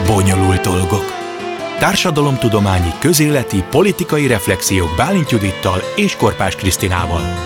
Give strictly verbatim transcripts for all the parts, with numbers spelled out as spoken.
Bonyolult dolgok. Társadalomtudományi, közéleti, politikai reflexiók Bálint Judittal és Korpás Krisztinával.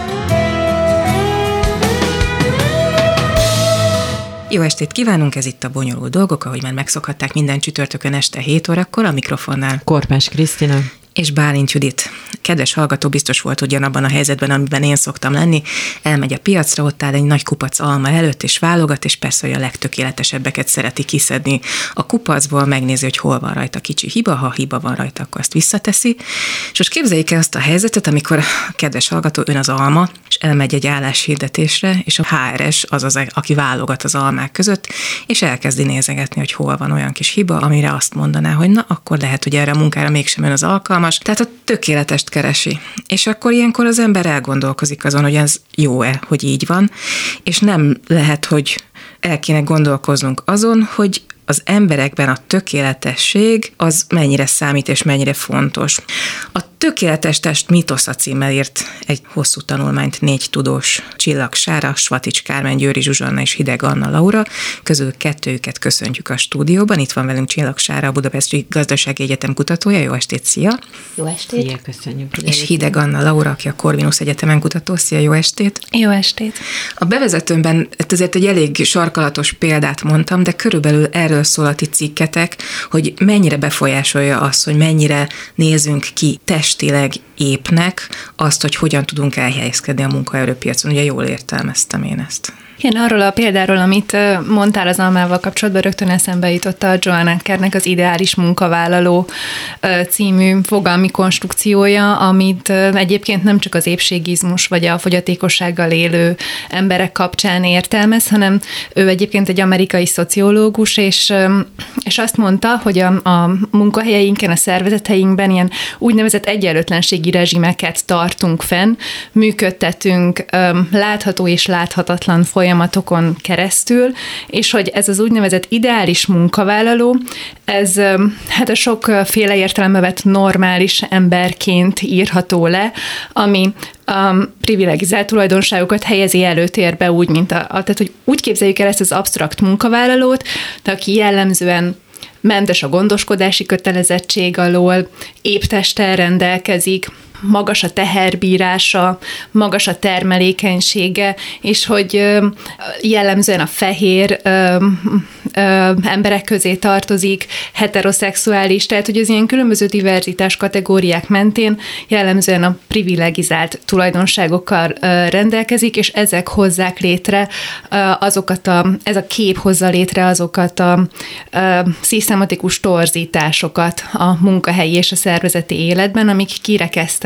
Jó estét kívánunk, ez itt a Bonyolult dolgok, ahogy már megszokhatták minden csütörtökön este hét órakor, a mikrofonnál Korpás Krisztina és Bálint Judit. Kedves hallgató biztos volt ugyanabban a helyzetben, amiben én szoktam lenni. Elmegy a piacra, ott áll egy nagy kupac alma előtt, és válogat, és persze, hogy a legtökéletesebbeket szereti kiszedni a kupacból, megnézi, hogy hol van rajta kicsi hiba, ha hiba van rajta, akkor azt visszateszi. És most képzeljék el azt a helyzetet, amikor a kedves hallgató, ön az alma, és elmegy egy álláshirdetésre, és a há er es az az, aki válogat az almák között, és elkezdi nézegetni, hogy hol van olyan kis hiba, amire azt mondaná, hogy na, akkor lehet, hogy erre a munkára mégsem ön az alkalmas. Tehát a tökéletest keresi. És akkor ilyenkor az ember elgondolkozik azon, hogy ez jó-e, hogy így van, és nem lehet, hogy el kéne gondolkoznunk azon, hogy az emberekben a tökéletesség az mennyire számít és mennyire fontos. A Tökéletes test mitosza címmel írt egy hosszú tanulmányt négy tudós, Csillag Sára, Svatics Kármen, Győri Zsuzsanna és Hideg Anna Laura. Közül kettőjüket köszöntjük a stúdióban. Itt van velünk Csillag Sára, a Budapesti Gazdasági Egyetem kutatója. Jó estét, szia! Jó estét! Szia, köszönjük! És Hideg Anna Laura, aki a Corvinus Egyetemen kutató. Szia, jó estét! Jó estét! A bevezetőmben ezért egy elég sarkalatos példát mondtam, de körülbelül erről szól a ti cikketek, hogy mennyire befolyásolja azt, hogy mennyire nézünk ki testileg épnek, azt, hogy hogyan tudunk elhelyezkedni a munkaerőpiacon. Ugye jól értelmeztem én ezt. Igen, arról a példáról, amit mondtál az almával kapcsolatban, rögtön eszembe jutott a Joan Ankernek az Ideális munkavállaló című fogalmi konstrukciója, amit egyébként nem csak az épségizmus vagy a fogyatékossággal élő emberek kapcsán értelmez, hanem ő egyébként egy amerikai szociológus, és, és azt mondta, hogy a, a munkahelyeinken, a szervezeteinkben ilyen úgynevezett egyenlőtlenségi rezsimeket tartunk fenn, működtetünk látható és láthatatlan folyamatokon folyamatokon keresztül, és hogy ez az úgynevezett ideális munkavállaló, ez hát a sokféle értelembe vett normális emberként írható le, ami a privilegizált tulajdonságokat helyezi előtérbe úgy, mint a, a tehát, hogy úgy képzeljük el ezt az absztrakt munkavállalót, de aki jellemzően mentes a gondoskodási kötelezettség alól, épp testtel rendelkezik, magas a teherbírása, magas a termelékenysége, és hogy jellemzően a fehér ö, ö, emberek közé tartozik, heteroszexuális, tehát hogy az ilyen különböző diverzitás kategóriák mentén jellemzően a privilegizált tulajdonságokkal ö, rendelkezik, és ezek hozzák létre ö, azokat a, ez a kép hozza létre azokat a ö, szisztematikus torzításokat a munkahelyi és a szervezeti életben, amik kirekesztenek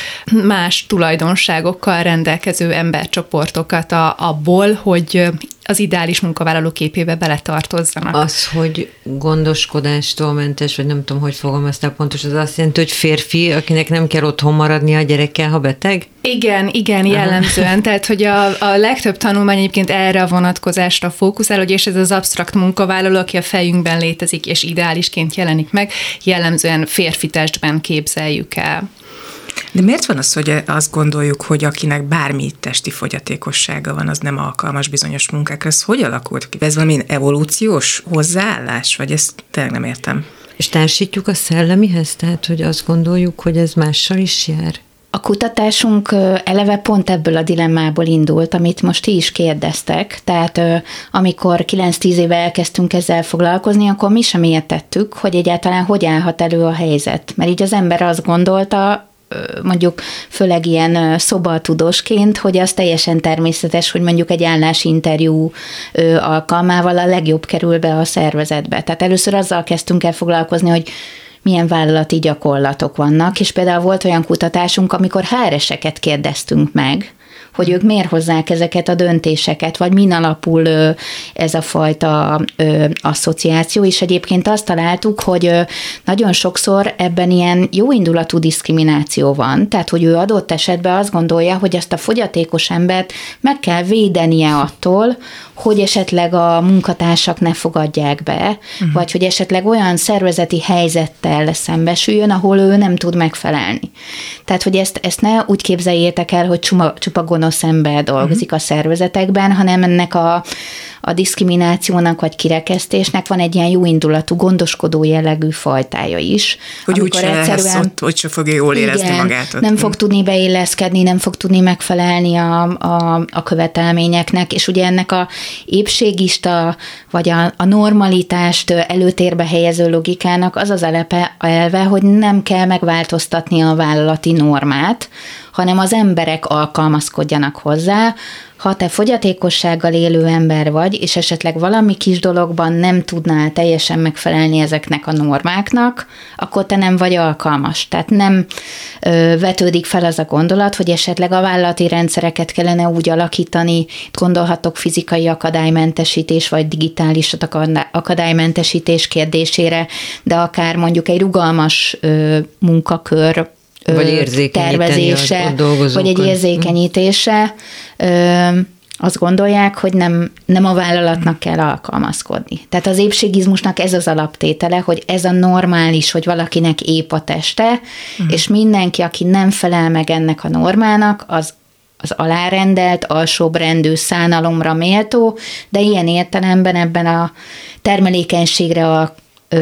más tulajdonságokkal rendelkező embercsoportokat a, abból, hogy az ideális munkavállaló képébe beletartozzanak. Az, hogy gondoskodástól mentes, vagy nem tudom, hogy fogalmaztál pontos, az azt jelenti, hogy férfi, akinek nem kell otthon maradni a gyerekkel, ha beteg? Igen, igen, jellemzően. Aha. Tehát, hogy a, a legtöbb tanulmány egyébként erre a vonatkozásra fókuszál, hogy és ez az absztrakt munkavállaló, aki a fejünkben létezik, és ideálisként jelenik meg, jellemzően férfi testben képzeljük el. De miért van az, hogy azt gondoljuk, hogy akinek bármi testi fogyatékossága van, az nem alkalmas bizonyos munkákra? Ez hogy alakult ki? Ez valami evolúciós hozzáállás? Vagy ezt tényleg nem értem. És társítjuk a szellemihez? Tehát, hogy azt gondoljuk, hogy ez mással is jár? A kutatásunk eleve pont ebből a dilemmából indult, amit most ti is kérdeztek. Tehát amikor kilenc-tíz éve elkezdtünk ezzel foglalkozni, akkor mi sem értettük, hogy egyáltalán hogy állhat elő a helyzet. Mert így az ember azt gondolta, mondjuk főleg ilyen szobatudósként, hogy az teljesen természetes, hogy mondjuk egy állásinterjú alkalmával a legjobb kerül be a szervezetbe. Tehát először azzal kezdtünk el foglalkozni, hogy milyen vállalati gyakorlatok vannak, és például volt olyan kutatásunk, amikor há er eseket kérdeztünk meg, hogy ők miért hozzák ezeket a döntéseket, vagy min alapul ez a fajta asszociáció, és egyébként azt találtuk, hogy nagyon sokszor ebben ilyen jóindulatú diszkrimináció van, tehát hogy ő adott esetben azt gondolja, hogy ezt a fogyatékos embert meg kell védenie attól, hogy esetleg a munkatársak ne fogadják be, uh-huh. vagy hogy esetleg olyan szervezeti helyzettel szembesüljön, ahol ő nem tud megfelelni. Tehát, hogy ezt, ezt ne úgy képzeljétek el, hogy csupa, csupa gonosz ember dolgozik uh-huh. a szervezetekben, hanem ennek a, a diszkriminációnak vagy kirekesztésnek van egy ilyen jóindulatú, gondoskodó jellegű fajtája is. Hogy úgy se lesz ott, hogy se fogja jól érezni igen, magát. Nem fog tudni beilleszkedni, nem fog tudni megfelelni a, a, a követelményeknek, és ugye ennek a épségista, vagy a, a normalitást előtérbe helyező logikának az az elepe, elve, hogy nem kell megváltoztatni a vállalati normát, hanem az emberek alkalmazkodjanak hozzá. Ha te fogyatékossággal élő ember vagy, és esetleg valami kis dologban nem tudnál teljesen megfelelni ezeknek a normáknak, akkor te nem vagy alkalmas. Tehát nem ö, vetődik fel az a gondolat, hogy esetleg a vállalati rendszereket kellene úgy alakítani, gondolhatok fizikai akadálymentesítés, vagy digitális akadálymentesítés kérdésére, de akár mondjuk egy rugalmas ö, munkakör, vagy tervezése, vagy egy érzékenyítése, ö, azt gondolják, hogy nem, nem a vállalatnak kell alkalmazkodni. Tehát az épségizmusnak ez az alaptétele, hogy ez a normális, hogy valakinek épp a teste, uh-huh. és mindenki, aki nem felel meg ennek a normának, az az alárendelt, alsóbbrendű, szánalomra méltó, de ilyen értelemben ebben a termelékenységre a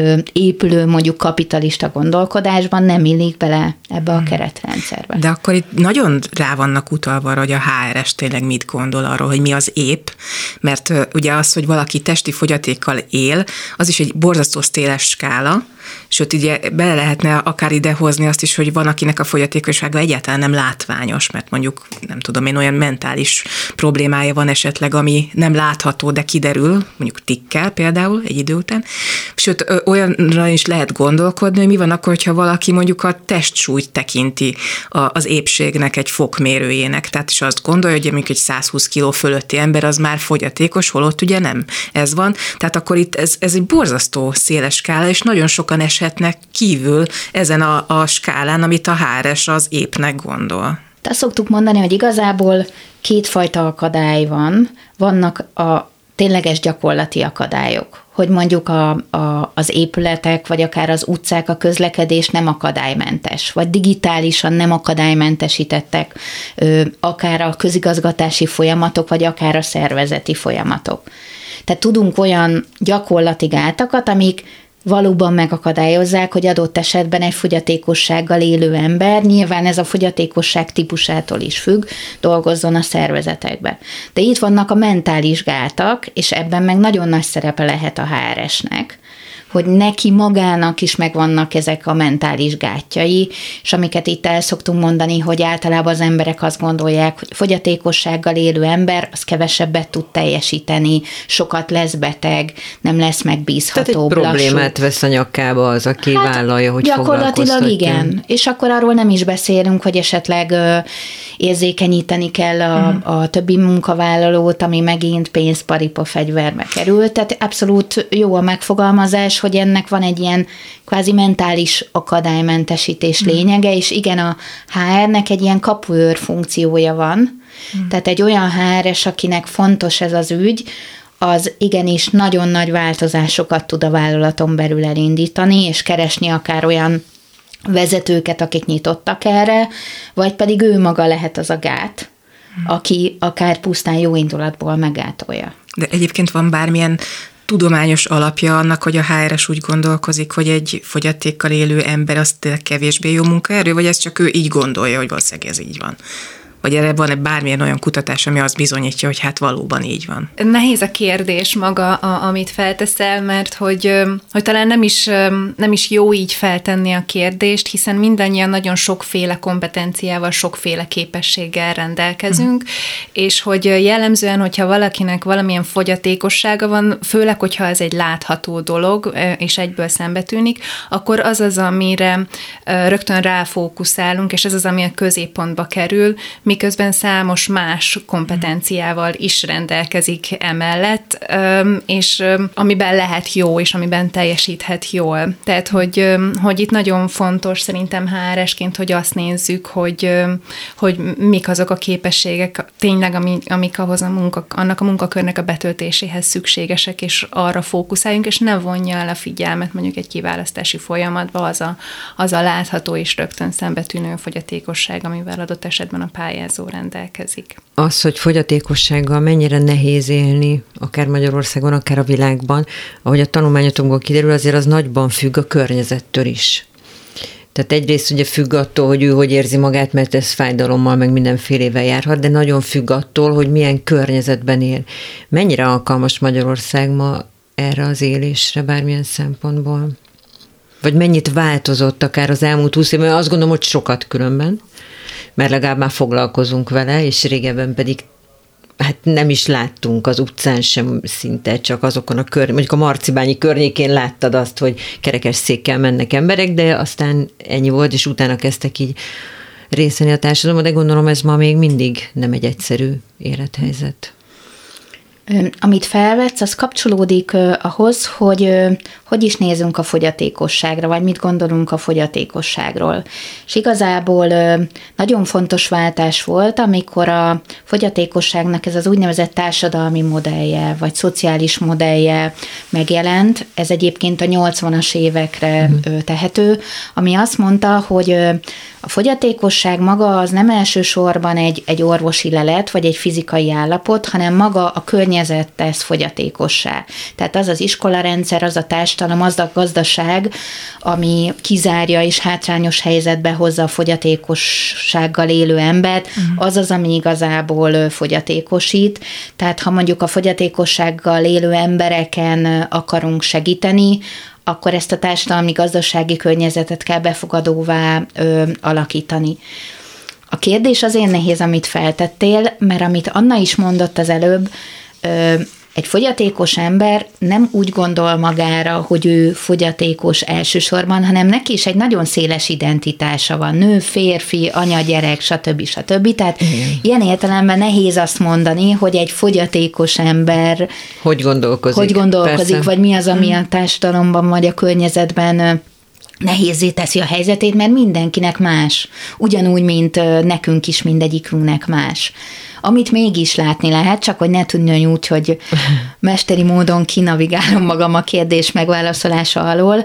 épülő, mondjuk kapitalista gondolkodásban nem illik bele ebbe a keretrendszerbe. De akkor itt nagyon rá vannak utalva arra, hogy a há er es tényleg mit gondol arról, hogy mi az épp, mert ugye az, hogy valaki testi fogyatékkal él, az is egy borzasztó széles skála, sőt, ugye bele lehetne akár idehozni azt is, hogy van, akinek a fogyatékossága egyáltalán nem látványos, mert mondjuk, nem tudom én, olyan mentális problémája van esetleg, ami nem látható, de kiderül, mondjuk tikkel például egy idő után. Sőt, olyanra is lehet gondolkodni, hogy mi van akkor, hogyha valaki mondjuk a testsúlyt tekinti az épségnek egy fokmérőjének, tehát is azt gondolja, hogy mondjuk egy száz húsz kiló fölötti ember az már fogyatékos, holott ugye nem ez van. Tehát akkor itt ez, ez egy borzasztó széles skála, és nagyon sokan eshetnek kívül ezen a, a skálán, amit a há er es az épnek gondol. Azt szoktuk mondani, hogy igazából kétfajta akadály van. Vannak a tényleges gyakorlati akadályok, hogy mondjuk a, a, az épületek, vagy akár az utcák, a közlekedés nem akadálymentes, vagy digitálisan nem akadálymentesítettek, akár a közigazgatási folyamatok, vagy akár a szervezeti folyamatok. Tehát tudunk olyan gyakorlati gátakat, amik valóban megakadályozzák, hogy adott esetben egy fogyatékossággal élő ember, nyilván ez a fogyatékosság típusától is függ, dolgozzon a szervezetekbe. De itt vannak a mentális gátak, és ebben meg nagyon nagy szerepe lehet a há er esnek, hogy neki magának is megvannak ezek a mentális gátjai, és amiket itt el szoktunk mondani, hogy általában az emberek azt gondolják, hogy fogyatékossággal élő ember, az kevesebbet tud teljesíteni, sokat lesz beteg, nem lesz megbízható. Tehát egy problémát vesz a nyakába az, aki hát vállalja, hogy gyakorlatilag igen. És akkor arról nem is beszélünk, hogy esetleg ö, érzékenyíteni kell a, hmm. a többi munkavállalót, ami megint pénz, paripa, fegyverbe kerül. Tehát abszolút jó a megfogalmazás, hogy ennek van egy ilyen kvázi mentális akadálymentesítés lényege, és igen, a há er-nek egy ilyen kapuőr funkciója van, mm. tehát egy olyan há er es, akinek fontos ez az ügy, az igenis nagyon nagy változásokat tud a vállalaton belül elindítani, és keresni akár olyan vezetőket, akik nyitottak erre, vagy pedig ő maga lehet az a gát, mm. aki akár pusztán jó indulatból meggátolja. De egyébként van bármilyen tudományos alapja annak, hogy a há er es úgy gondolkozik, hogy egy fogyatékkal élő ember az kevésbé jó munkaerő, vagy ez csak ő így gondolja, hogy valószínűleg ez így van? Vagy erre van-e bármilyen olyan kutatás, ami azt bizonyítja, hogy hát valóban így van? Nehéz a kérdés maga, a, amit felteszel, mert hogy, hogy talán nem is, nem is jó így feltenni a kérdést, hiszen mindannyian nagyon sokféle kompetenciával, sokféle képességgel rendelkezünk, mm. és hogy jellemzően, hogyha valakinek valamilyen fogyatékossága van, főleg, hogyha ez egy látható dolog, és egyből szembetűnik, akkor az az, amire rögtön ráfókuszálunk, és ez az, ami a középpontba kerül, miközben számos más kompetenciával is rendelkezik emellett, és amiben lehet jó, és amiben teljesíthet jól. Tehát, hogy, hogy itt nagyon fontos szerintem há er esként, hogy azt nézzük, hogy, hogy mik azok a képességek tényleg, amik ahhoz a munka, annak a munkakörnek a betöltéséhez szükségesek, és arra fókuszáljunk, és ne vonja el a figyelmet mondjuk egy kiválasztási folyamatba az a, az a látható és rögtön szembetűnő fogyatékosság, amivel adott esetben a pályázó rendelkezik. Az, hogy fogyatékossággal mennyire nehéz élni, akár Magyarországon, akár a világban, ahogy a tanulmányotokból kiderül, azért az nagyban függ a környezettől is. Tehát egyrészt ugye függ attól, hogy ő hogy érzi magát, mert ez fájdalommal, meg mindenfélével járhat, de nagyon függ attól, hogy milyen környezetben él. Mennyire alkalmas Magyarország ma erre az élésre bármilyen szempontból? Vagy mennyit változott akár az elmúlt húsz évben? Azt gondolom, hogy sokat különben, mert legalább már foglalkozunk vele, és régebben pedig hát nem is láttunk az utcán sem szinte, csak azokon a kör, mondjuk a Marcibányi környékén láttad azt, hogy kerekesszékkel mennek emberek, de aztán ennyi volt, és utána kezdtek így részt venni a társadalomban, de gondolom ez ma még mindig nem egy egyszerű élethelyzet. Amit felvetsz, az kapcsolódik ahhoz, hogy hogy is nézünk a fogyatékosságra, vagy mit gondolunk a fogyatékosságról. És igazából nagyon fontos váltás volt, amikor a fogyatékosságnak ez az úgynevezett társadalmi modellje, vagy szociális modellje megjelent. Ez egyébként a nyolcvanas évekre mm. tehető, ami azt mondta, hogy a fogyatékosság maga az nem elsősorban egy, egy orvosi lelet, vagy egy fizikai állapot, hanem maga a környezet tesz fogyatékossá. Tehát az az iskolarendszer, az a társadalom, az a gazdaság, ami kizárja és hátrányos helyzetbe hozza a fogyatékossággal élő embert, uh-huh. az az, ami igazából fogyatékosít. Tehát ha mondjuk a fogyatékossággal élő embereken akarunk segíteni, akkor ezt a társadalmi gazdasági környezetet kell befogadóvá ö, alakítani. A kérdés azért nehéz, amit feltettél, mert amit Anna is mondott az előbb, ö, egy fogyatékos ember nem úgy gondol magára, hogy ő fogyatékos elsősorban, hanem neki is egy nagyon széles identitása van. Nő, férfi, anya, gyerek, stb. stb. Tehát igen. Ilyen értelemben nehéz azt mondani, hogy egy fogyatékos ember hogy gondolkozik, hogy gondolkozik persze. vagy mi az, ami a társadalomban vagy a környezetben nehézzé teszi a helyzetét, mert mindenkinek más. Ugyanúgy, mint nekünk is mindegyikünknek más. Amit mégis látni lehet, csak hogy ne tudjon úgy, hogy mesteri módon kinavigálom magam a kérdés megválaszolása alól.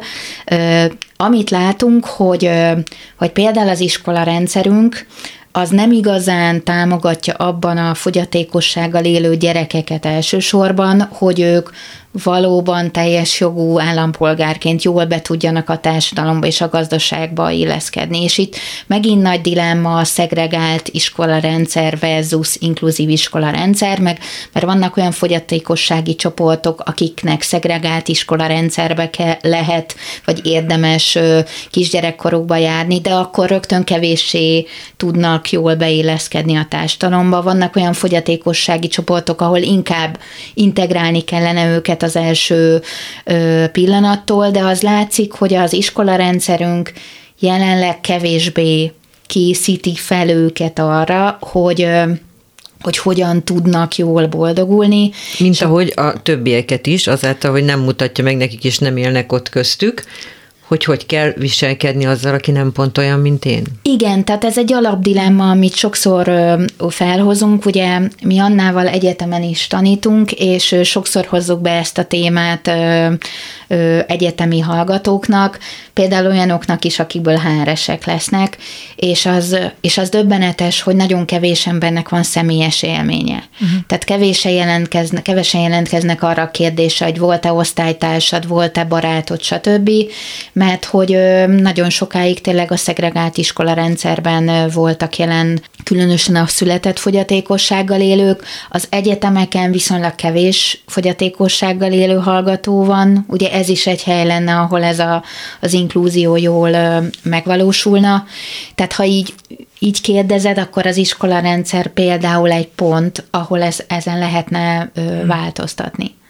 Amit látunk, hogy, hogy például az iskolarendszerünk az nem igazán támogatja abban a fogyatékossággal élő gyerekeket elsősorban, hogy ők valóban teljes jogú állampolgárként jól be tudjanak a társadalomba és a gazdaságba illeszkedni. És itt megint nagy dilemma a szegregált iskolarendszer versus inkluzív iskolarendszer, meg, mert vannak olyan fogyatékossági csoportok, akiknek szegregált iskolarendszerbe ke- lehet, vagy érdemes kisgyerekkorukba járni, de akkor rögtön kevéssé tudnak jól beilleszkedni a társadalomba. Vannak olyan fogyatékossági csoportok, ahol inkább integrálni kellene őket az első ö, pillanattól, de az látszik, hogy az iskolarendszerünk jelenleg kevésbé készíti fel őket arra, hogy ö, hogy hogyan tudnak jól boldogulni. Mint ahogy a többieket is, azáltal, hogy nem mutatja meg nekik, és nem élnek ott köztük, hogy hogy kell viselkedni azzal, aki nem pont olyan, mint én. Igen, tehát ez egy alapdilemma, amit sokszor ö, felhozunk, ugye mi Annával egyetemen is tanítunk, és ö, sokszor hozzuk be ezt a témát ö, ö, egyetemi hallgatóknak, például olyanoknak is, akikből há er esek lesznek, és az, és az döbbenetes, hogy nagyon kevés embernek van személyes élménye. Uh-huh. Tehát kevésen jelentkeznek, kevesen jelentkeznek arra a kérdésre, hogy volt-e osztálytársad, volt-e barátod, stb., mert hogy nagyon sokáig tényleg a szegregált iskolarendszerben voltak jelen, különösen a született fogyatékossággal élők, az egyetemeken viszonylag kevés fogyatékossággal élő hallgató van, ugye ez is egy hely lenne, ahol ez a, az inklúzió jól megvalósulna. Tehát ha így, így kérdezed, akkor az iskolarendszer például egy pont, ahol ez, ezen lehetne változtatni.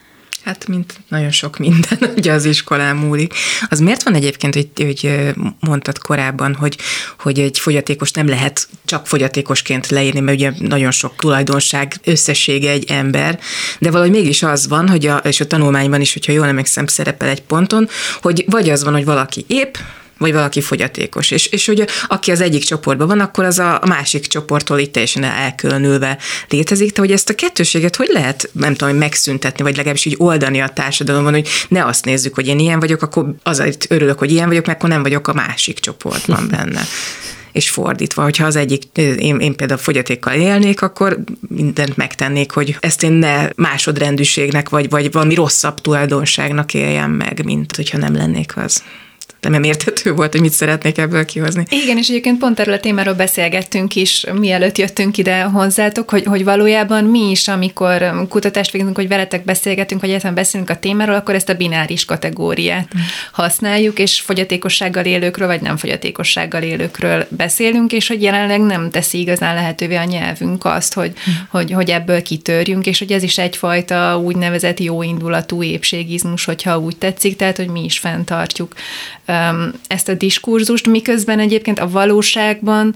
Hát, mint nagyon sok minden, ugye az iskolán múlik. Az miért van egyébként, hogy, hogy mondtad korábban, hogy, hogy egy fogyatékos nem lehet csak fogyatékosként leírni, mert ugye nagyon sok tulajdonság összessége egy ember, de valahogy mégis az van, hogy a, és a tanulmányban is, hogyha jól emlékszem, szerepel egy ponton, hogy vagy az van, hogy valaki épp, vagy valaki fogyatékos. És, és hogy aki az egyik csoportban van, akkor az a másik csoporttól itt teljesen elkülönülve létezik. De hogy ezt a kettőséget hogy lehet, nem tudom, hogy megszüntetni, vagy legalábbis így oldani a társadalomban, hogy ne azt nézzük, hogy én ilyen vagyok, akkor azért örülök, hogy ilyen vagyok, mert akkor nem vagyok a másik csoportban benne. És fordítva, hogyha az egyik, én, én például fogyatékkal élnék, akkor mindent megtennék, hogy ezt én ne másodrendűségnek, vagy, vagy valami rosszabb tulajdonságnak éljem meg, mint hogyha nem lennék az. Nem érthető volt, hogy mit szeretnék ebből kihozni. Igen, és egyébként pont erről a témáról beszélgettünk is, mielőtt jöttünk ide hozzátok, hogy, hogy valójában mi is, amikor kutatást végzünk, hogy veletek beszélgetünk, vagy egyáltalán beszélünk a témáról, akkor ezt a bináris kategóriát mm. használjuk, és fogyatékossággal élőkről, vagy nem fogyatékossággal élőkről beszélünk, és hogy jelenleg nem teszi igazán lehetővé a nyelvünk azt, hogy, mm. hogy, hogy ebből kitörjünk, és hogy ez is egyfajta úgynevezett jóindulatú épségizmus, hogyha úgy tetszik, tehát hogy mi is fenntartjuk ezt a diskurzust, miközben egyébként a valóságban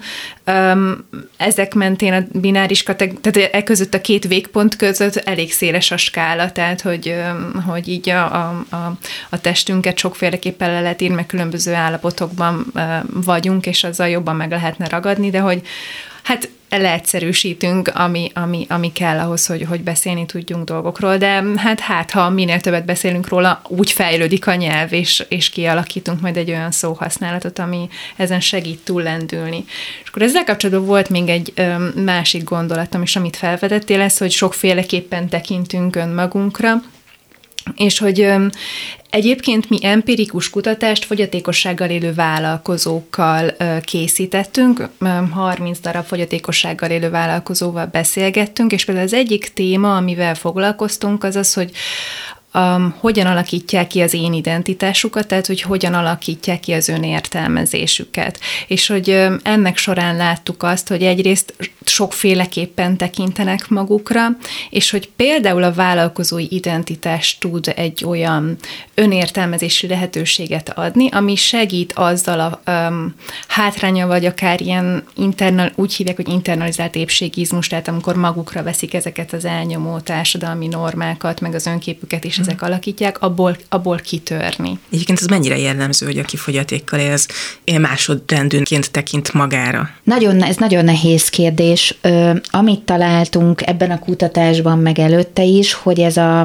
um, ezek mentén a bináris kategória, tehát e között a két végpont között elég széles a skála, tehát hogy, um, hogy így a, a, a, a testünket sokféleképpen le lehet írni, meg különböző állapotokban uh, vagyunk, és azzal jobban meg lehetne ragadni, de hogy hát leegyszerűsítünk, ami, ami, ami kell ahhoz, hogy, hogy beszélni tudjunk dolgokról, de hát, hát ha minél többet beszélünk róla, úgy fejlődik a nyelv, és, és kialakítunk majd egy olyan szóhasználatot, ami ezen segít túllendülni. És akkor ezzel kapcsolatban volt még egy ö, másik gondolatom is, amit felvetettél, ez, hogy sokféleképpen tekintünk önmagunkra, és hogy ö, egyébként mi empirikus kutatást fogyatékossággal élő vállalkozókkal készítettünk, harminc darab fogyatékossággal élő vállalkozóval beszélgettünk, és például az egyik téma, amivel foglalkoztunk, az az, hogy Um, hogyan alakítják ki az én identitásukat, tehát hogy hogyan alakítják ki az önértelmezésüket. És hogy um, ennek során láttuk azt, hogy egyrészt sokféleképpen tekintenek magukra, és hogy például a vállalkozói identitás tud egy olyan önértelmezési lehetőséget adni, ami segít azzal a um, hátránya, vagy akár ilyen internal, úgy hívják, hogy internalizált épségizmus, tehát amikor magukra veszik ezeket az elnyomó társadalmi normákat, meg az önképüket is ezek alakítják, abból, abból kitörni. Egyébként ez mennyire jellemző, hogy aki fogyatékkal él, ez másodrendűként tekint magára? Nagyon, ez nagyon nehéz kérdés. Ö, amit találtunk ebben a kutatásban, meg előtte is, hogy ez, a,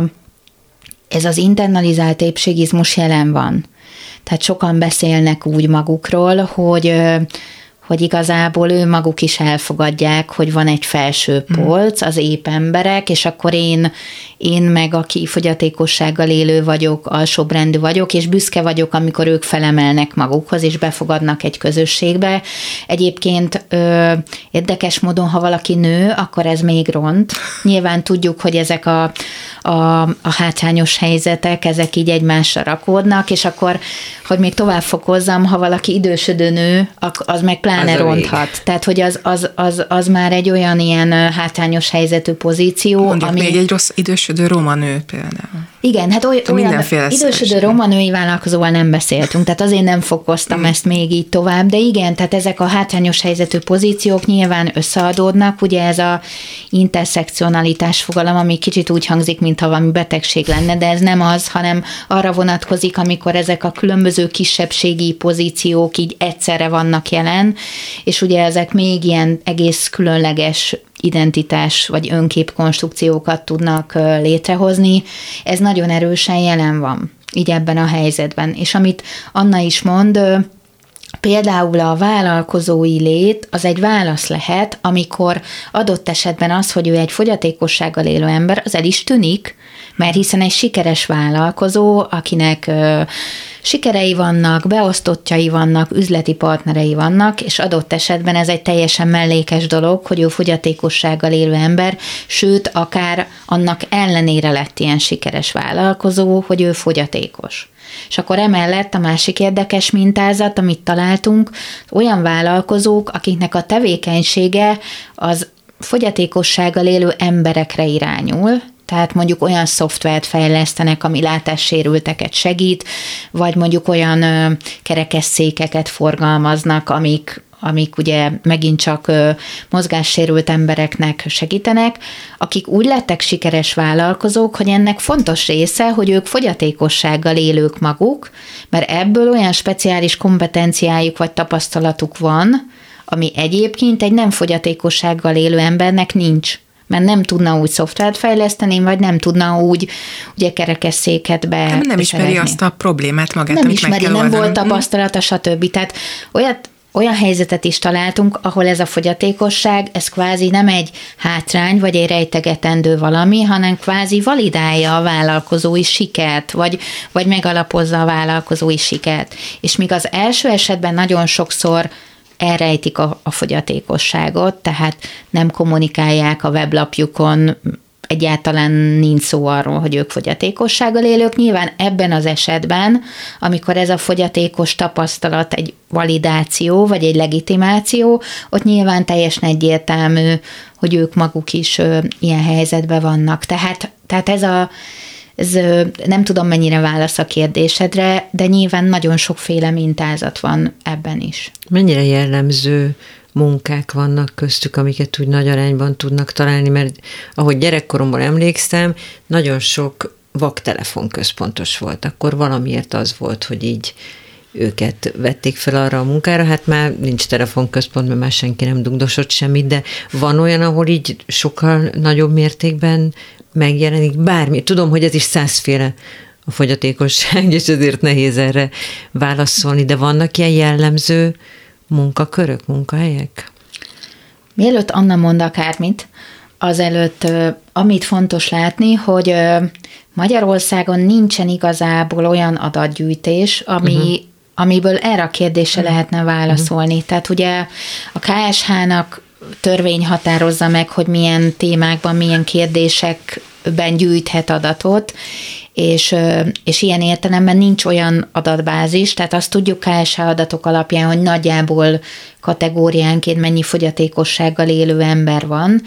ez az internalizált épségizmus jelen van. Tehát sokan beszélnek úgy magukról, hogy hogy igazából ő maguk is elfogadják, hogy van egy felső polc, az épp emberek, és akkor én, én meg, aki fogyatékossággal élő vagyok, alsóbbrendű vagyok, és büszke vagyok, amikor ők felemelnek magukhoz, és befogadnak egy közösségbe. Egyébként ö, érdekes módon, ha valaki nő, akkor ez még ront. Nyilván tudjuk, hogy ezek a, a, a hátrányos helyzetek, ezek így egymásra rakódnak, és akkor, hogy még tovább fokozzam, ha valaki idősödő nő, az meg pláne az ronthat. Tehát, hogy az, az, az, az már egy olyan ilyen hátrányos helyzetű pozíció. Mondjuk ami... még egy rossz idősödő roma nő például. Igen, hát oly, olyan idősödő roma női vállalkozóval nem beszéltünk, tehát azért nem fokoztam mm. ezt még így tovább, de igen, tehát ezek a hátrányos helyzetű pozíciók nyilván összeadódnak, ugye ez a interszekcionalitás fogalom, ami kicsit úgy hangzik, mintha valami betegség lenne, de ez nem az, hanem arra vonatkozik, amikor ezek a különböző kisebbségi pozíciók így egyszerre vannak jelen, és ugye ezek még ilyen egész különleges identitás vagy önképkonstrukciókat tudnak létrehozni. Ez nagyon erősen jelen van, így ebben a helyzetben. És amit Anna is mond, például a vállalkozói lét az egy válasz lehet, amikor adott esetben az, hogy ő egy fogyatékossággal élő ember, az el is tűnik, mert hiszen egy sikeres vállalkozó, akinek ö, sikerei vannak, beosztottjai vannak, üzleti partnerei vannak, és adott esetben ez egy teljesen mellékes dolog, hogy ő fogyatékossággal élő ember, sőt, akár annak ellenére lett ilyen sikeres vállalkozó, hogy ő fogyatékos. És akkor emellett a másik érdekes mintázat, amit találtunk, olyan vállalkozók, akiknek a tevékenysége az fogyatékossággal élő emberekre irányul, Tehát mondjuk olyan szoftvert fejlesztenek, ami látássérülteket segít, vagy mondjuk olyan ö, kerekesszékeket forgalmaznak, amik amik ugye megint csak ö, mozgássérült embereknek segítenek, akik úgy lettek sikeres vállalkozók, hogy ennek fontos része, hogy ők fogyatékossággal élők maguk, mert ebből olyan speciális kompetenciájuk vagy tapasztalatuk van, ami egyébként egy nem fogyatékossággal élő embernek nincs. Mert nem tudna úgy szoftvert fejleszteni, vagy nem tudna úgy ugye kerekesszéket be. Nem, nem ismeri azt a problémát magát, nem amit ismeri, meg kell nem oldani. volt tapasztalata, stb. Tehát olyat, olyan helyzetet is találtunk, ahol ez a fogyatékosság, ez kvázi nem egy hátrány, vagy egy rejtegetendő valami, hanem kvázi validálja a vállalkozói sikert, vagy, vagy megalapozza a vállalkozói sikert. És míg az első esetben nagyon sokszor elrejtik a, a fogyatékosságot, tehát nem kommunikálják a weblapjukon, egyáltalán nincs szó arról, hogy ők fogyatékossággal élők. Nyilván ebben az esetben, amikor ez a fogyatékos tapasztalat egy validáció, vagy egy legitimáció, ott nyilván teljesen egyértelmű, hogy ők maguk is ö, ilyen helyzetben vannak. Tehát, tehát ez a Ez nem tudom, mennyire válasz a kérdésedre, de nyilván nagyon sokféle mintázat van ebben is. Mennyire jellemző munkák vannak köztük, amiket úgy nagy arányban tudnak találni, mert ahogy gyerekkoromban emlékszem, nagyon sok vaktelefonközpontos volt. Akkor valamiért az volt, hogy így őket vették fel arra a munkára, hát már nincs telefonközpont, mert már senki nem dugdosott semmit, de van olyan, ahol így sokkal nagyobb mértékben megjelenik bármi. Tudom, hogy ez is százféle a fogyatékosság, és ezért nehéz erre válaszolni, de vannak ilyen jellemző munkakörök, munkahelyek? Mielőtt Anna mond akármit, azelőtt amit fontos látni, hogy Magyarországon nincsen igazából olyan adatgyűjtés, ami uh-huh. amiből erre a kérdésre uh-huh. lehetne válaszolni. Uh-huh. Tehát ugye a ká es há-nak törvény határozza meg, hogy milyen témákban, milyen kérdésekben gyűjthet adatot, és, és ilyen értelemben nincs olyan adatbázis, tehát azt tudjuk ká es há adatok alapján, hogy nagyjából kategóriánként mennyi fogyatékossággal élő ember van,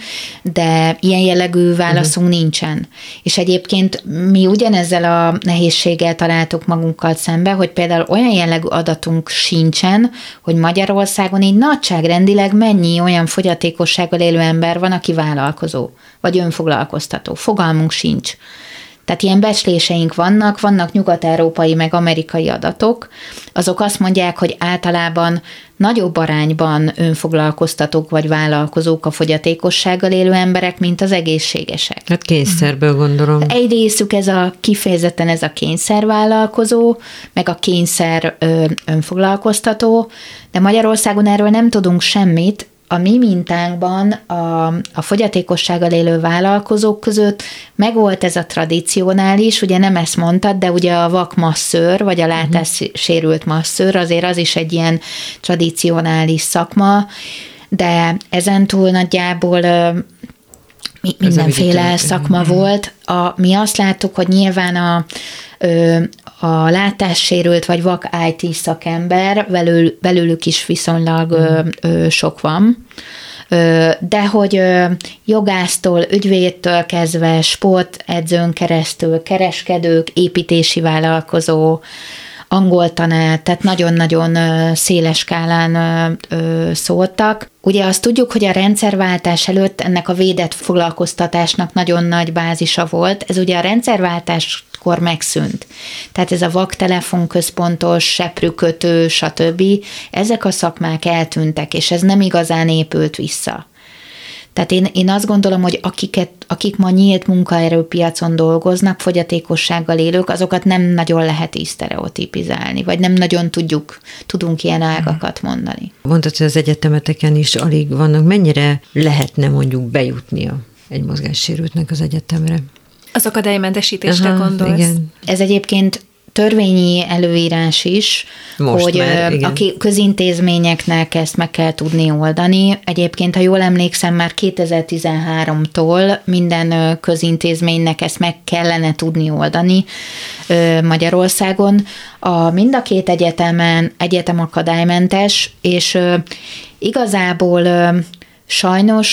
de ilyen jellegű válaszunk uh-huh. nincsen. És egyébként mi ugyanezzel a nehézséggel találtuk magunkkal szembe, hogy például olyan jellegű adatunk sincsen, hogy Magyarországon így nagyságrendileg mennyi olyan fogyatékossággal élő ember van, aki vállalkozó, vagy önfoglalkoztató. Fogalmunk sincs. Tehát ilyen becsléseink vannak, vannak nyugat-európai meg amerikai adatok, azok azt mondják, hogy általában nagyobb arányban önfoglalkoztatók vagy vállalkozók a fogyatékossággal élő emberek, mint az egészségesek. Hát kényszerből gondolom. Egy részük ez a kifejezetten ez a kényszervállalkozó, meg a kényszer önfoglalkoztató, de Magyarországon erről nem tudunk semmit. A mi mintánkban a, a fogyatékossággal élő vállalkozók között megvolt ez a tradicionális, ugye nem ezt mondtad, de ugye a vakmasszőr, vagy a látássérült masszőr, azért az is egy ilyen tradicionális szakma, de ezentúl nagyjából mindenféle szakma volt. A, mi azt láttuk, hogy nyilván a, a látássérült vagy vak i té szakember, belül, belőlük is viszonylag ö, ö, sok van, ö, de hogy ö, jogásztól, ügyvédtől kezdve, sportedzőn keresztül, kereskedők, építési vállalkozó, angol tanár, tehát nagyon-nagyon széles skálán szóltak. Ugye azt tudjuk, hogy a rendszerváltás előtt ennek a védett foglalkoztatásnak nagyon nagy bázisa volt. Ez ugye a rendszerváltáskor megszűnt. Tehát ez a vaktelefonközpontos, seprűkötő, stb. Ezek a szakmák eltűntek, és ez nem igazán épült vissza. Tehát én, én azt gondolom, hogy akiket, akik ma nyílt munkaerőpiacon dolgoznak, fogyatékossággal élők, azokat nem nagyon lehet így sztereotipizálni, vagy nem nagyon tudjuk, tudunk ilyen ágakat mondani. Mondtad, hogy az egyetemeteken is alig vannak. Mennyire lehetne mondjuk bejutnia egy mozgássérültnek az egyetemre? Az akadálymentesítésre Aha, gondolsz? Igen. Ez egyébként törvényi előírás is, Most hogy már, a közintézményeknek ezt meg kell tudni oldani. Egyébként, ha jól emlékszem, már kétezer-tizenháromtól minden közintézménynek ezt meg kellene tudni oldani Magyarországon. A, mind a két egyetemen egyetem akadálymentes, és igazából sajnos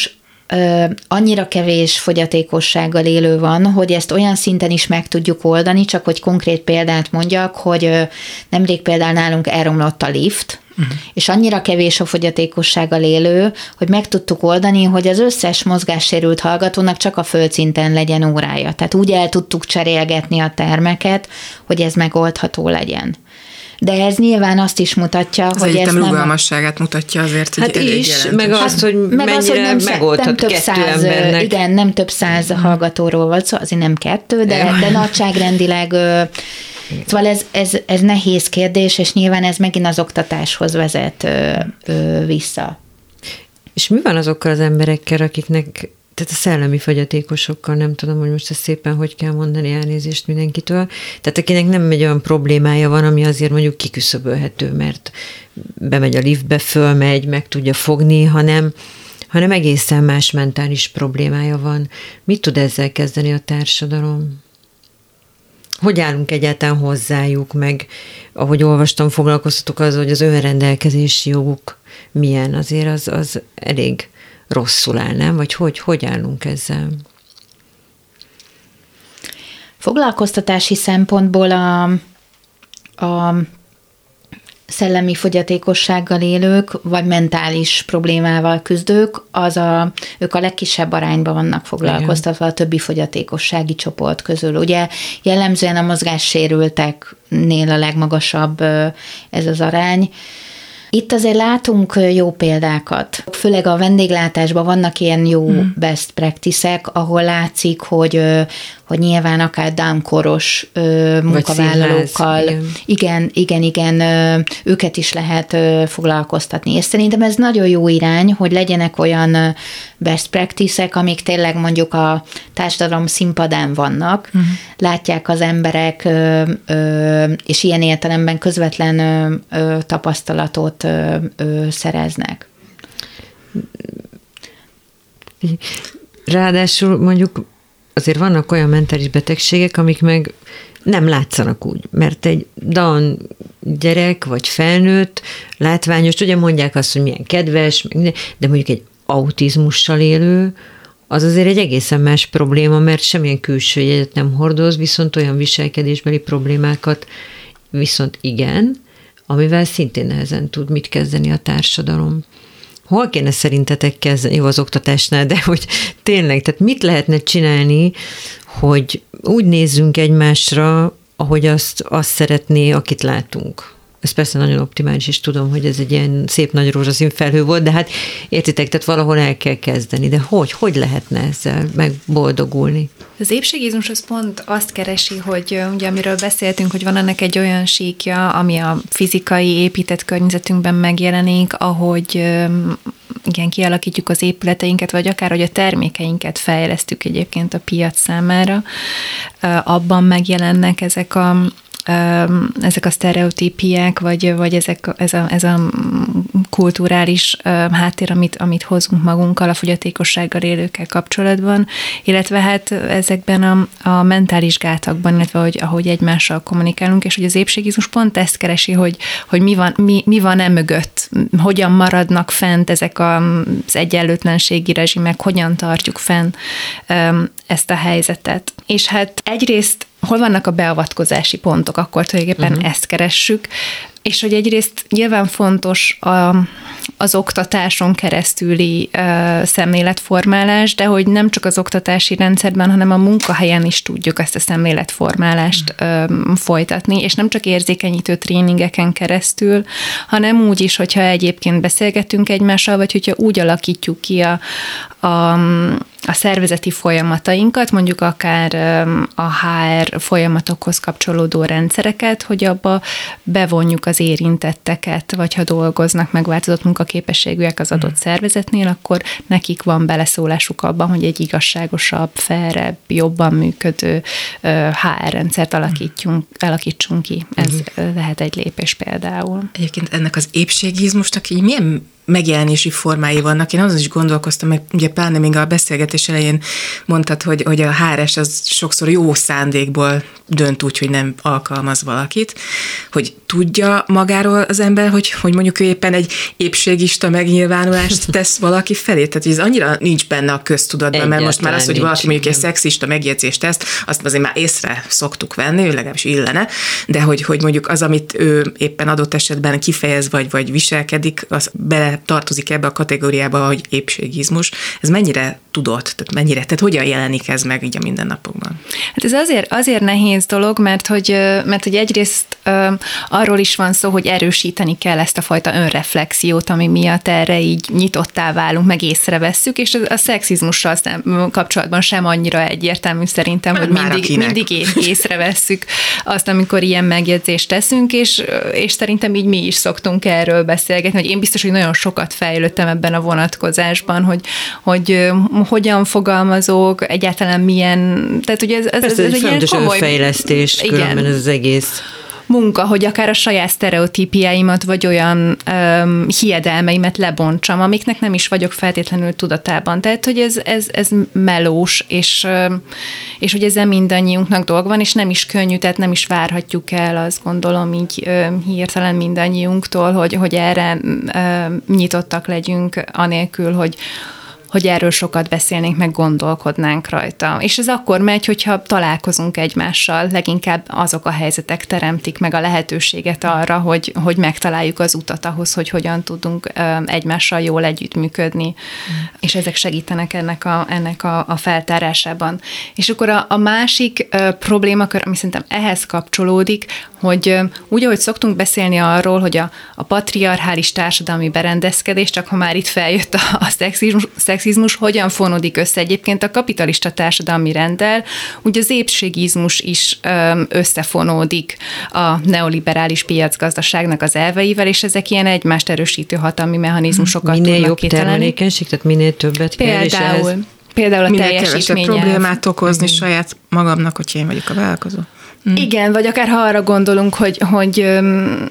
annyira kevés fogyatékossággal élő van, hogy ezt olyan szinten is meg tudjuk oldani, csak hogy konkrét példát mondjak, hogy nemrég például nálunk elromlott a lift, uh-huh. és annyira kevés a fogyatékossággal élő, hogy meg tudtuk oldani, hogy az összes mozgássérült hallgatónak csak a földszinten legyen órája. Tehát úgy el tudtuk cserélgetni a termeket, hogy ez megoldható legyen. De ez nyilván azt is mutatja, az hogy ez nem... Az rugalmasságát mutatja azért, hogy hát elég is, jelentős. meg azt, hogy meg mennyire az, hogy nem, megoldhat nem több kettő száz, embernek. igen, nem több száz hallgatóról volt szó, azért nem kettő, de, de nagyságrendileg... Szóval ez, ez, ez nehéz kérdés, és nyilván ez megint az oktatáshoz vezet ö, ö, vissza. És mi van azokkal az emberekkel, akiknek, tehát a szellemi fogyatékosokkal, nem tudom, hogy most ezt szépen hogy kell mondani, elnézést mindenkitől, tehát akinek nem egy olyan problémája van, ami azért mondjuk kiküszöbölhető, mert bemegy a liftbe, fölmegy, meg tudja fogni, hanem, hanem egészen más mentális problémája van. Mit tud ezzel kezdeni a társadalom? Hogy állunk egyáltalán hozzájuk, meg ahogy olvastam, foglalkoztatok az, hogy az önrendelkezési joguk milyen, azért az, az elég rosszul áll, nem? Vagy hogy, hogy állunk ezzel? Foglalkoztatási szempontból a, a szellemi fogyatékossággal élők, vagy mentális problémával küzdők, az a, ők a legkisebb arányban vannak foglalkoztatva a többi fogyatékossági csoport közül. Ugye jellemzően a mozgássérülteknél a legmagasabb ez az arány. Itt azért látunk jó példákat. Főleg a vendéglátásban vannak ilyen jó hmm. best practice-ek, ahol látszik, hogy, hogy nyilván akár Down-koros munkavállalókkal, igen, igen, igen, őket is lehet foglalkoztatni. És szerintem ez nagyon jó irány, hogy legyenek olyan best practice-ek, amik tényleg mondjuk a társadalom színpadán vannak, hmm. látják az emberek, és ilyen értelemben közvetlen tapasztalatot Ö, ö, szereznek. Ráadásul mondjuk azért vannak olyan mentális betegségek, amik meg nem látszanak úgy, mert egy Down gyerek vagy felnőtt, látványos, ugye mondják azt, hogy milyen kedves, de mondjuk egy autizmussal élő, az azért egy egészen más probléma, mert semmilyen külső jegyet nem hordoz, viszont olyan viselkedésbeli problémákat viszont igen, amivel szintén nehezen tud mit kezdeni a társadalom. Hol kéne szerintetek kezdeni? Jó, az oktatásnál, de hogy tényleg, tehát mit lehetne csinálni, hogy úgy nézzünk egymásra, ahogy azt, azt szeretné, akit látunk. Ez persze nagyon optimális, és tudom, hogy ez egy ilyen szép nagy rózsaszín felhő volt, de hát értitek, tehát valahol el kell kezdeni. De hogy? Hogy lehetne ezzel megboldogulni? Az épségizmus az pont azt keresi, hogy ugye amiről beszéltünk, hogy van ennek egy olyan síkja, ami a fizikai épített környezetünkben megjelenik, ahogy igen, kialakítjuk az épületeinket, vagy akár, hogy a termékeinket fejlesztük egyébként a piac számára. Abban megjelennek ezek a ezek a sztereotípiák, vagy, vagy ezek, ez, a, ez a kulturális háttér, amit, amit hozunk magunkkal a fogyatékossággal élőkkel kapcsolatban, illetve hát ezekben a, a mentális gátakban, illetve hogy, ahogy egymással kommunikálunk, és hogy az épségizmus pont ezt keresi, hogy, hogy mi van, mi, mi van e mögött, hogyan maradnak fent ezek az egyenlőtlenségi rezsimek, hogyan tartjuk fenn ezt a helyzetet. És hát egyrészt hol vannak a beavatkozási pontok, akkor tulajdonképpen uh-huh. ezt keressük, és hogy egyrészt nyilván fontos a, az oktatáson keresztüli uh, szemléletformálás, de hogy nem csak az oktatási rendszerben, hanem a munkahelyen is tudjuk ezt a szemléletformálást uh, folytatni, és nem csak érzékenyítő tréningeken keresztül, hanem úgy is, hogyha egyébként beszélgetünk egymással, vagy hogyha úgy alakítjuk ki a, a a szervezeti folyamatainkat, mondjuk akár a há er folyamatokhoz kapcsolódó rendszereket, hogy abba bevonjuk az érintetteket, vagy ha dolgoznak megváltozott munkaképességűek az adott szervezetnél, akkor nekik van beleszólásuk abban, hogy egy igazságosabb, fairebb, jobban működő há er rendszert alakítjunk, alakítsunk ki. Ez uh-huh. lehet egy lépés például. Egyébként ennek az épségizmusnak így milyen megjelenési formái vannak. Én azon is gondolkoztam, meg ugye pláne még a beszélgetés elején mondtad, hogy, hogy a há er es az sokszor jó szándékból dönt úgy, hogy nem alkalmaz valakit, hogy tudja magáról az ember, hogy, hogy mondjuk ő éppen egy épségista megnyilvánulást tesz valaki felé. Tehát ez annyira nincs benne a köztudatban, egyáltalán, mert most már az, hogy nincs, valaki mondjuk egy szexista megjegyzést tesz, azt azért már észre szoktuk venni, legalábbis illene, de hogy, hogy mondjuk az, amit ő éppen adott esetben kifejez, vagy, vagy viselkedik, az bele tartozik ebbe a kategóriába, hogy épségizmus. Ez mennyire tudott? Tehát mennyire? Tehát hogyan jelenik ez meg így a mindennapokban? Hát ez azért, azért nehéz dolog, mert hogy, mert hogy egyrészt uh, arról is van szó, hogy erősíteni kell ezt a fajta önreflexiót, ami miatt erre így nyitottá válunk, meg észrevesszük, és a szexizmussal kapcsolatban sem annyira egyértelmű szerintem, hogy mindig, mindig észrevesszük azt, amikor ilyen megjegyzést teszünk, és, és szerintem így mi is szoktunk erről beszélgetni, hogy én biztos, hogy nagyon sokat fejlődtem ebben a vonatkozásban, hogy, hogy hogyan fogalmazok, egyáltalán milyen, tehát ugye ez, ez, Persze, ez egy ilyen komoly fejlesztés, különben ez az egész munka, hogy akár a saját sztereotípiáimat, vagy olyan um, hiedelmeimet lebontsam, amiknek nem is vagyok feltétlenül tudatában. Tehát, hogy ez, ez, ez melós, és, és hogy ezzel mindannyiunknak dolga van, és nem is könnyű, tehát nem is várhatjuk el, azt gondolom így um, hirtelen mindannyiunktól, hogy, hogy erre um, nyitottak legyünk, anélkül, hogy hogy erről sokat beszélnénk, meg gondolkodnánk rajta. És ez akkor megy, hogyha találkozunk egymással, leginkább azok a helyzetek teremtik meg a lehetőséget arra, hogy, hogy megtaláljuk az utat ahhoz, hogy hogyan tudunk egymással jól együttműködni, mm. és ezek segítenek ennek a, ennek a, a feltárásában. És akkor a, a másik uh, problémakör, ami szerintem ehhez kapcsolódik, hogy uh, úgy, ahogy szoktunk beszélni arról, hogy a, a patriarchális társadalmi berendezkedés, csak ha már itt feljött a, a szexizmus, szexizmus hogyan fonódik össze egyébként a kapitalista társadalmi renddel, ugye az épségizmus is öm, összefonódik a neoliberális piacgazdaságnak az elveivel, és ezek ilyen egymást erősítő hatalmi mechanizmusokat minél tudnak jobb kitenni. termelékenység, tehát minél többet kell, és Például, ehhez... például a minél teljesítménye. kevesebb problémát okozni mm. saját magamnak, hogyha én vagyok a vállalkozó. Mm. Igen, vagy akár ha arra gondolunk, hogy, hogy öm,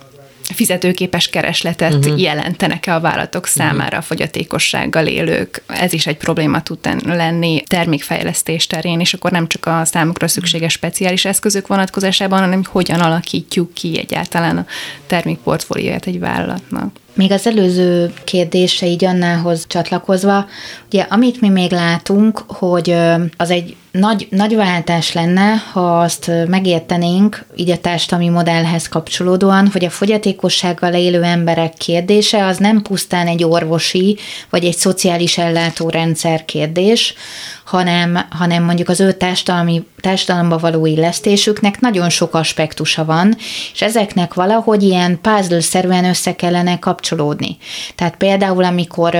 fizetőképes keresletet uh-huh. jelentenek-e a vállalatok számára a fogyatékossággal élők. Ez is egy probléma tud lenni termékfejlesztés terén, és akkor nem csak a számukra szükséges speciális eszközök vonatkozásában, hanem hogyan alakítjuk ki egyáltalán a termékportfólióját egy vállalatnak. Még az előző kérdése így Annához csatlakozva, ugye amit mi még látunk, hogy az egy nagy, nagy váltás lenne, ha azt megértenénk így a társadalmi modellhez kapcsolódóan, hogy a fogyatékossággal élő emberek kérdése az nem pusztán egy orvosi vagy egy szociális ellátórendszer kérdés, hanem, hanem mondjuk az ő társadalmi, társadalomba való illesztésüknek nagyon sok aspektusa van, és ezeknek valahogy ilyen puzzle-szerűen össze kellene kapcsolódni. Tehát például, amikor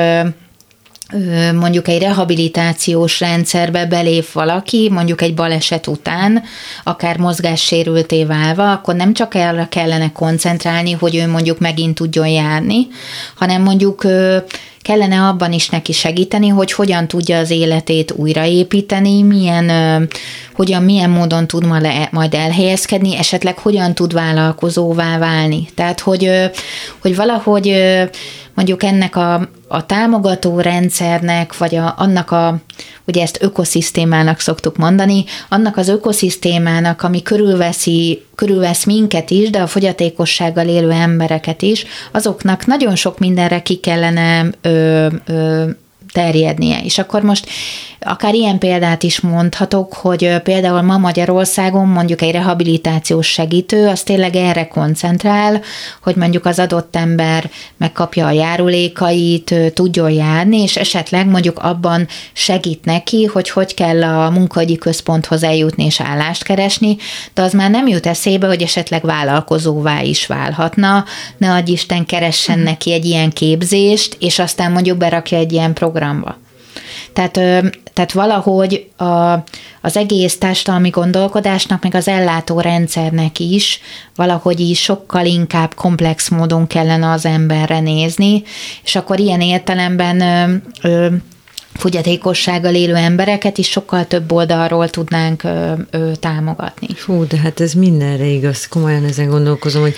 mondjuk egy rehabilitációs rendszerbe belép valaki, mondjuk egy baleset után, akár mozgássérülté válva, akkor nem csak erre kellene koncentrálni, hogy ő mondjuk megint tudjon járni, hanem mondjuk kellene abban is neki segíteni, hogy hogyan tudja az életét újraépíteni, milyen, hogyan, milyen módon tud majd elhelyezkedni, esetleg hogyan tud vállalkozóvá válni. Tehát, hogy, hogy valahogy mondjuk ennek a, a támogató rendszernek, vagy a, annak a, ugye ezt ökoszisztémának szoktuk mondani, annak az ökoszisztémának, ami körülveszi, körülvesz minket is, de a fogyatékossággal élő embereket is, azoknak nagyon sok mindenre ki kellene ö, ö, terjednie. És akkor most akár ilyen példát is mondhatok, hogy például ma Magyarországon mondjuk egy rehabilitációs segítő, az tényleg erre koncentrál, hogy mondjuk az adott ember megkapja a járulékait, tudjon járni, és esetleg mondjuk abban segít neki, hogy hogy kell a munkahogyi központhoz eljutni és állást keresni, de az már nem jut eszébe, hogy esetleg vállalkozóvá is válhatna, ne adj Isten, keressen hmm. neki egy ilyen képzést, és aztán mondjuk berakja egy ilyen programba. Tehát, tehát valahogy a, az egész társadalmi gondolkodásnak, meg az ellátórendszernek is valahogy is sokkal inkább komplex módon kellene az emberre nézni, és akkor ilyen értelemben ö, ö, fogyatékossággal élő embereket is sokkal több oldalról tudnánk ö, ö, támogatni. Hú, de hát ez mindenre igaz, komolyan ezen gondolkozom, hogy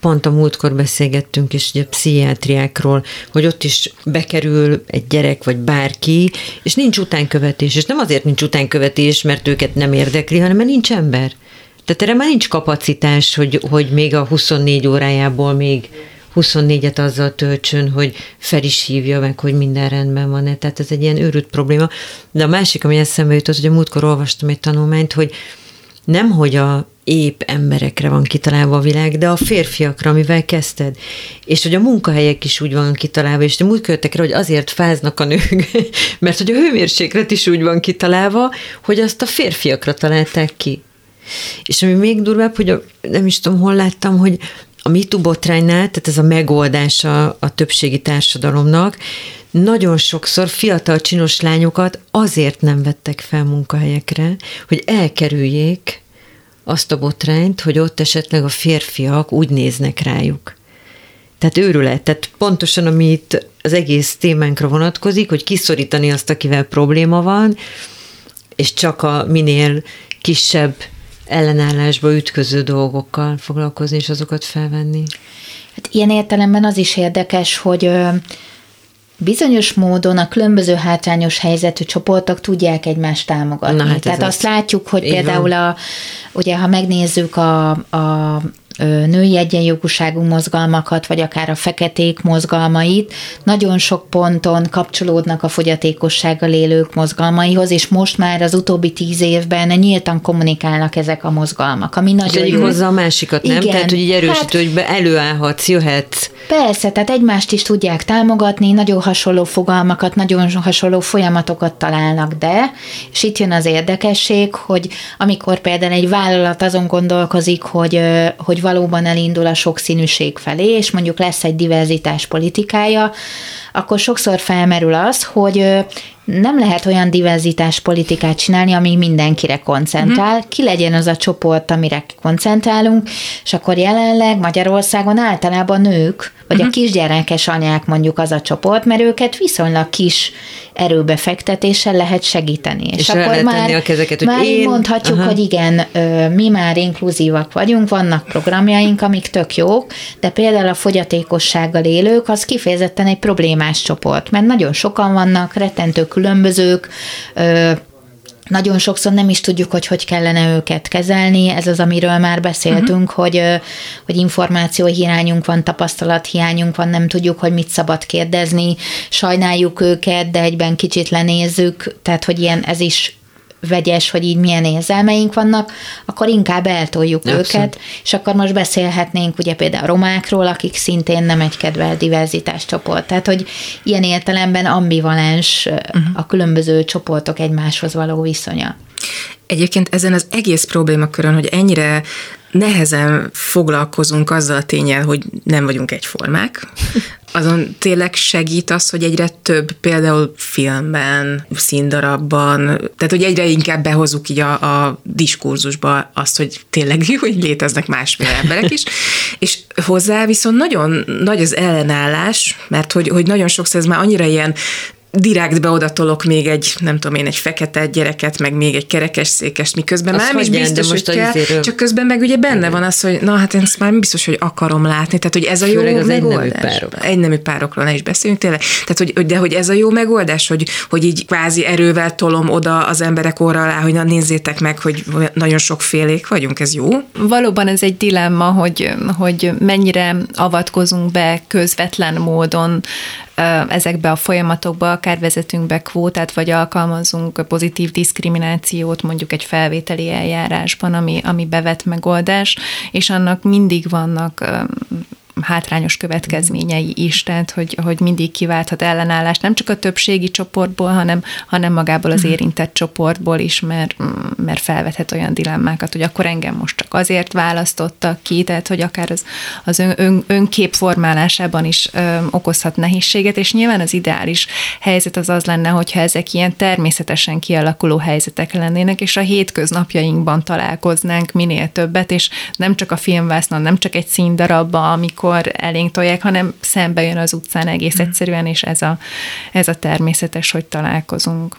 pont a múltkor beszélgettünk is ugye pszichiátriákról, hogy ott is bekerül egy gyerek, vagy bárki, és nincs utánkövetés. És nem azért nincs utánkövetés, mert őket nem érdekli, hanem mert nincs ember. Tehát erre már nincs kapacitás, hogy, hogy még a huszonnégy órájából még huszonnégyet azzal töltsön, hogy fel is hívja meg, hogy minden rendben van-e. Tehát ez egy ilyen őrült probléma. De a másik, ami eszembe jutott, hogy a múltkor olvastam egy tanulmányt, hogy nem, hogy a épp emberekre van kitalálva a világ, de a férfiakra, amivel kezdted. És hogy a munkahelyek is úgy van kitalálva, és múlt jöttek rá, hogy azért fáznak a nők, mert hogy a hőmérséklet is úgy van kitalálva, hogy azt a férfiakra találták ki. És ami még durvább, hogy a, nem is tudom, hol láttam, hogy a MeToo botránynál, tehát ez a megoldása a többségi társadalomnak, nagyon sokszor fiatal csinos lányokat azért nem vettek fel munkahelyekre, hogy elkerüljék azt a botrányt, hogy ott esetleg a férfiak úgy néznek rájuk. Tehát őrület. Tehát pontosan, ami itt az egész témánkra vonatkozik, hogy kiszorítani azt, akivel probléma van, és csak a minél kisebb ellenállásba ütköző dolgokkal foglalkozni, és azokat felvenni. Hát ilyen értelemben az is érdekes, hogy bizonyos módon a különböző hátrányos helyzetű csoportok tudják egymást támogatni. Na, hát Tehát azt az. látjuk, hogy Így például, a, ugye, ha megnézzük a, a női egyenjogúságú mozgalmakat, vagy akár a feketék mozgalmait, nagyon sok ponton kapcsolódnak a fogyatékossággal élők mozgalmaihoz, és most már az utóbbi tíz évben nyíltan kommunikálnak ezek a mozgalmak, ami nagyon jó. Hozzá a másikat, nem? Igen. Tehát, hogy így erősítő, hát, hogy előállhatsz, jöhetsz. Persze, tehát egymást is tudják támogatni, nagyon hasonló fogalmakat, nagyon hasonló folyamatokat találnak, de, és itt jön az érdekesség, hogy amikor például egy vállalat azon gondolkozik, hogy, hogy valóban elindul a sokszínűség felé, és mondjuk lesz egy diverzitás politikája, akkor sokszor felmerül az, hogy nem lehet olyan diverzitás politikát csinálni, ami mindenkire koncentrál. Uh-huh. Ki legyen az a csoport, amire koncentrálunk, és akkor jelenleg Magyarországon általában nők, vagy uh-huh. a kisgyerekes anyák mondjuk az a csoport, mert őket viszonylag kis erőbefektetéssel lehet segíteni. És, és akkor már, a kezeket, már én... mondhatjuk, uh-huh. hogy igen, mi már inkluzívak vagyunk, vannak programjaink, amik tök jók, de például a fogyatékossággal élők az kifejezetten egy problémás csoport, mert nagyon sokan vannak, rettentő különbözők, nagyon sokszor nem is tudjuk, hogy hogy kellene őket kezelni, ez az, amiről már beszéltünk, uh-huh. hogy, hogy információhiányunk van, tapasztalathiányunk van, nem tudjuk, hogy mit szabad kérdezni, sajnáljuk őket, de egyben kicsit lenézzük, tehát, hogy ilyen ez is vegyes, hogy így milyen érzelmeink vannak, akkor inkább eltoljuk Abszolút. őket, és akkor most beszélhetnénk ugye például a romákról, akik szintén nem egy kedvelt diverzitás csoport. Tehát, hogy ilyen értelemben ambivalens uh-huh. a különböző csoportok egymáshoz való viszonya. Egyébként ezen az egész problémakörön, hogy ennyire nehezen foglalkozunk azzal a ténnyel, hogy nem vagyunk egyformák, azon tényleg segít az, hogy egyre több például filmben, színdarabban, tehát hogy egyre inkább behozzuk így a, a diskurzusba azt, hogy tényleg jó, hogy léteznek másféle emberek is, és hozzá viszont nagyon nagy az ellenállás, mert hogy, hogy nagyon sokszor ez már annyira ilyen direktbe odatolok még egy, nem tudom én, egy fekete gyereket, meg még egy kerekesszékest, miközben már nem is biztos, hogy kell, izéről... csak közben meg ugye benne van az, hogy na hát én ezt már nem biztos, hogy akarom látni, tehát hogy ez a Főleg jó megoldás. Egynemű párokról ne is beszéljünk tényleg, tehát hogy, de hogy ez a jó megoldás, hogy, hogy így kvázi erővel tolom oda az emberek orra alá, hogy na nézzétek meg, hogy nagyon sokfélék vagyunk, ez jó? Valóban ez egy dilemma, hogy, hogy mennyire avatkozunk be közvetlen módon ezekbe a folyamatokba, akár vezetünk be kvótát, vagy alkalmazunk pozitív diszkriminációt mondjuk egy felvételi eljárásban, ami, ami bevet megoldás, és annak mindig vannak hátrányos következményei is, tehát hogy, hogy mindig kiválthat ellenállást, nem csak a többségi csoportból, hanem, hanem magából az érintett csoportból is, mert, mert felvethet olyan dilemmákat, hogy akkor engem most csak azért választottak ki, tehát hogy akár az, az ön, ön, önkép formálásában is ö, okozhat nehézséget, és nyilván az ideális helyzet az az lenne, hogyha ezek ilyen természetesen kialakuló helyzetek lennének, és a hétköznapjainkban találkoznánk minél többet, és nem csak a filmvásznon, nem csak egy színdarabban, amikor elénk tolják, hanem szembe jön az utcán egész egyszerűen, és ez a, ez a természetes, hogy találkozunk.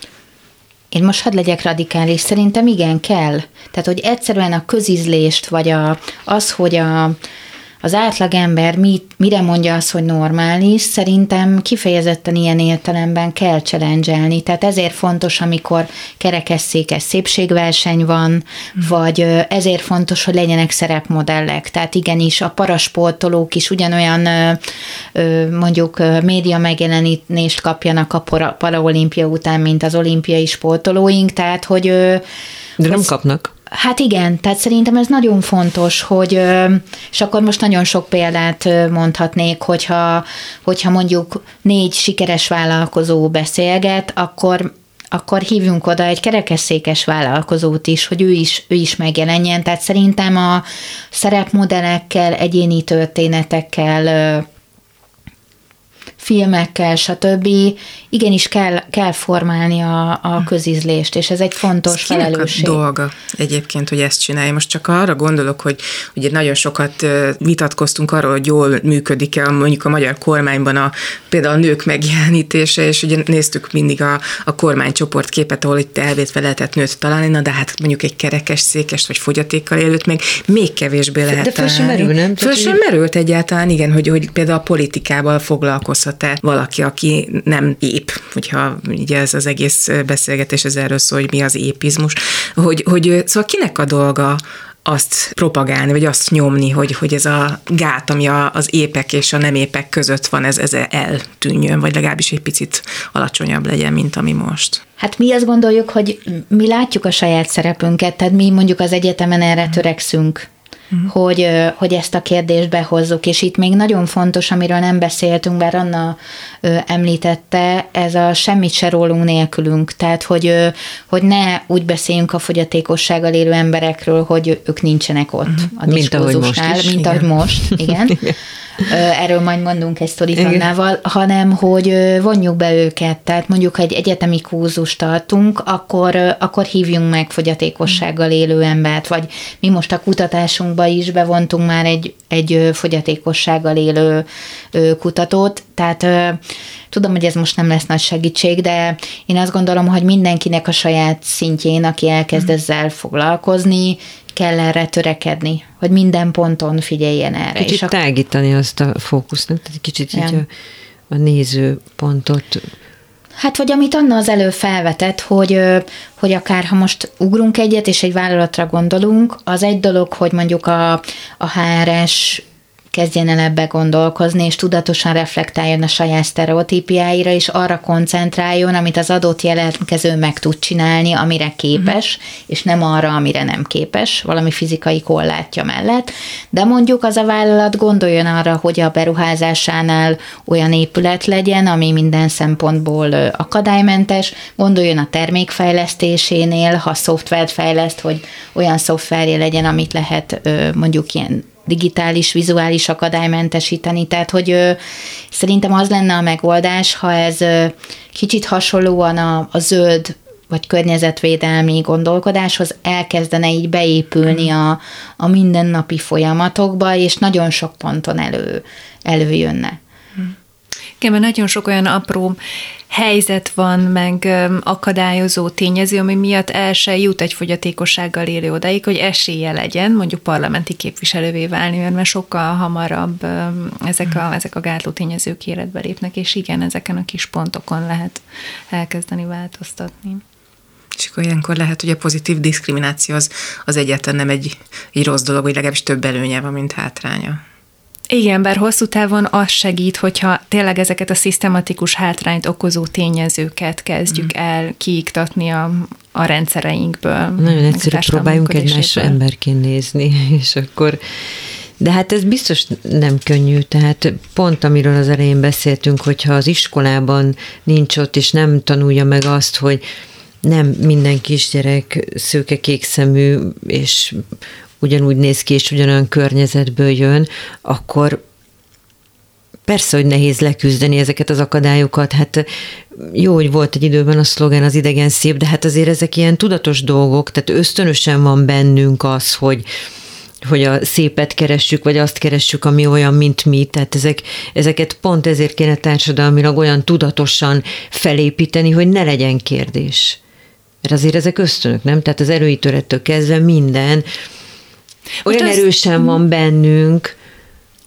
Én most hadd legyek radikális, szerintem igen kell. Tehát, hogy egyszerűen a közízlést, vagy a, az, hogy a az átlagember mit, mire mondja azt, hogy normális, szerintem kifejezetten ilyen értelemben kell challenge-elni. Tehát ezért fontos, amikor kerekesszékes szépségverseny van, mm. vagy ezért fontos, hogy legyenek szerepmodellek. Tehát igenis a parasportolók is ugyanolyan mondjuk média megjelenítést kapjanak a paraolimpia után, mint az olimpiai sportolóink, tehát hogy... De nem kapnak. Hát igen, tehát szerintem ez nagyon fontos, hogy, és akkor most nagyon sok példát mondhatnék, hogyha, hogyha mondjuk négy sikeres vállalkozó beszélget, akkor akkor hívjunk oda egy kerekesszékes vállalkozót is, hogy ő is, ő is megjelenjen. Tehát szerintem a szerepmodellekkel, egyéni történetekkel, filmekkel, stb. Igenis kell, kell formálni a, a közízlést, és ez egy fontos ez felelősség. A dolga egyébként, hogy ezt csinálja. Most csak arra gondolok, hogy ugye nagyon sokat vitatkoztunk arról, hogy jól működik-e mondjuk a magyar kormányban a, például a nők megjelenítése, és ugye néztük mindig a, a kormánycsoport képet, ahol itt elvétve lehetett nőt találni, na de hát mondjuk egy kerekes székest, vagy fogyatékkal élőt még, még kevésbé lehet de találni. De föl sem merül, nem? Föl sem merült egyáltalán, igen, hogy, hogy például a politikával foglalkozhat-e valaki, aki nem ép, hogyha ugye ez az egész beszélgetés ez erről szól, hogy mi az épizmus, hogy, hogy szóval kinek a dolga azt propagálni, vagy azt nyomni, hogy, hogy ez a gát, ami az épek és a nem épek között van, ez, ez eltűnjön, vagy legalábbis egy picit alacsonyabb legyen, mint ami most. Hát mi azt gondoljuk, hogy mi látjuk a saját szerepünket, tehát mi mondjuk az egyetemen erre törekszünk, Uh-huh. Hogy, hogy ezt a kérdést behozzuk, és itt még nagyon fontos, amiről nem beszéltünk, bár Anna ö, említette, ez a semmit se rólunk nélkülünk, tehát hogy, ö, hogy ne úgy beszéljünk a fogyatékossággal élő emberekről, hogy ők nincsenek ott uh-huh. a diskurzusnál, mint, mint ahogy most, igen. igen. Erről majd mondunk egy sztorit Annával, hanem hogy vonjuk be őket, tehát mondjuk, ha egy egyetemi kurzust tartunk, akkor, akkor hívjunk meg fogyatékossággal élő embert, vagy mi most a kutatásunkba is bevontunk már egy, egy fogyatékossággal élő kutatót, tehát tudom, hogy ez most nem lesz nagy segítség, de én azt gondolom, hogy mindenkinek a saját szintjén, aki elkezd ezzel foglalkozni, kell erre törekedni, hogy minden ponton figyeljen erre. Kicsit és tágítani azt a fókuszt, nem? Tehát kicsit így a, a nézőpontot. Hát, vagy amit Anna az előbb felvetett, hogy, hogy akár ha most ugrunk egyet, és egy vállalatra gondolunk, az egy dolog, hogy mondjuk a, a há er es kezdjen el ebbe gondolkozni, és tudatosan reflektáljon a saját sztereotípiáira, és arra koncentráljon, amit az adott jelentkező meg tud csinálni, amire képes, uh-huh. és nem arra, amire nem képes, valami fizikai korlátja mellett. De mondjuk az a vállalat gondoljon arra, hogy a beruházásánál olyan épület legyen, ami minden szempontból akadálymentes, gondoljon a termékfejlesztésénél, ha szoftvert fejleszt, hogy olyan szoftverje legyen, amit lehet mondjuk ilyen digitális, vizuális akadálymentesíteni, tehát hogy ö, szerintem az lenne a megoldás, ha ez ö, kicsit hasonlóan a, a zöld vagy környezetvédelmi gondolkodáshoz elkezdene így beépülni a, a mindennapi folyamatokba, és nagyon sok ponton elő, előjönne. Igen, mert nagyon sok olyan apró helyzet van, meg akadályozó tényező, ami miatt el se jut egy fogyatékossággal élő odáig, hogy esélye legyen mondjuk parlamenti képviselővé válni, mert sokkal hamarabb ezek a, ezek a gátló tényezők életbe lépnek, és igen, ezeken a kis pontokon lehet elkezdeni változtatni. És akkor ilyenkor lehet, hogy a pozitív diszkrimináció az, az egyáltalán nem egy, egy rossz dolog, vagy legalábbis több előnye van, mint hátránya. Igen, bár hosszú távon az segít, hogyha tényleg ezeket a szisztematikus hátrányt okozó tényezőket kezdjük mm. el kiiktatni a, a rendszereinkből. Nagyon egyszerű, próbáljunk egymásra emberként nézni, és akkor... De hát ez biztos nem könnyű, tehát pont amiről az elején beszéltünk, hogyha az iskolában nincs ott, és nem tanulja meg azt, hogy nem minden kisgyerek szőke kékszemű, és ugyanúgy néz ki, és ugyanolyan környezetből jön, akkor persze, hogy nehéz leküzdeni ezeket az akadályokat. Hát jó, hogy volt egy időben a szlogán az idegen szép, de hát azért ezek ilyen tudatos dolgok, tehát ösztönösen van bennünk az, hogy hogy a szépet keressük, vagy azt keressük, ami olyan, mint mi. Tehát ezek, ezeket pont ezért kéne társadalmilag olyan tudatosan felépíteni, hogy ne legyen kérdés. Mert azért ezek ösztönök, nem? Tehát az erői törettől kezdve minden olyan az... erősen van bennünk,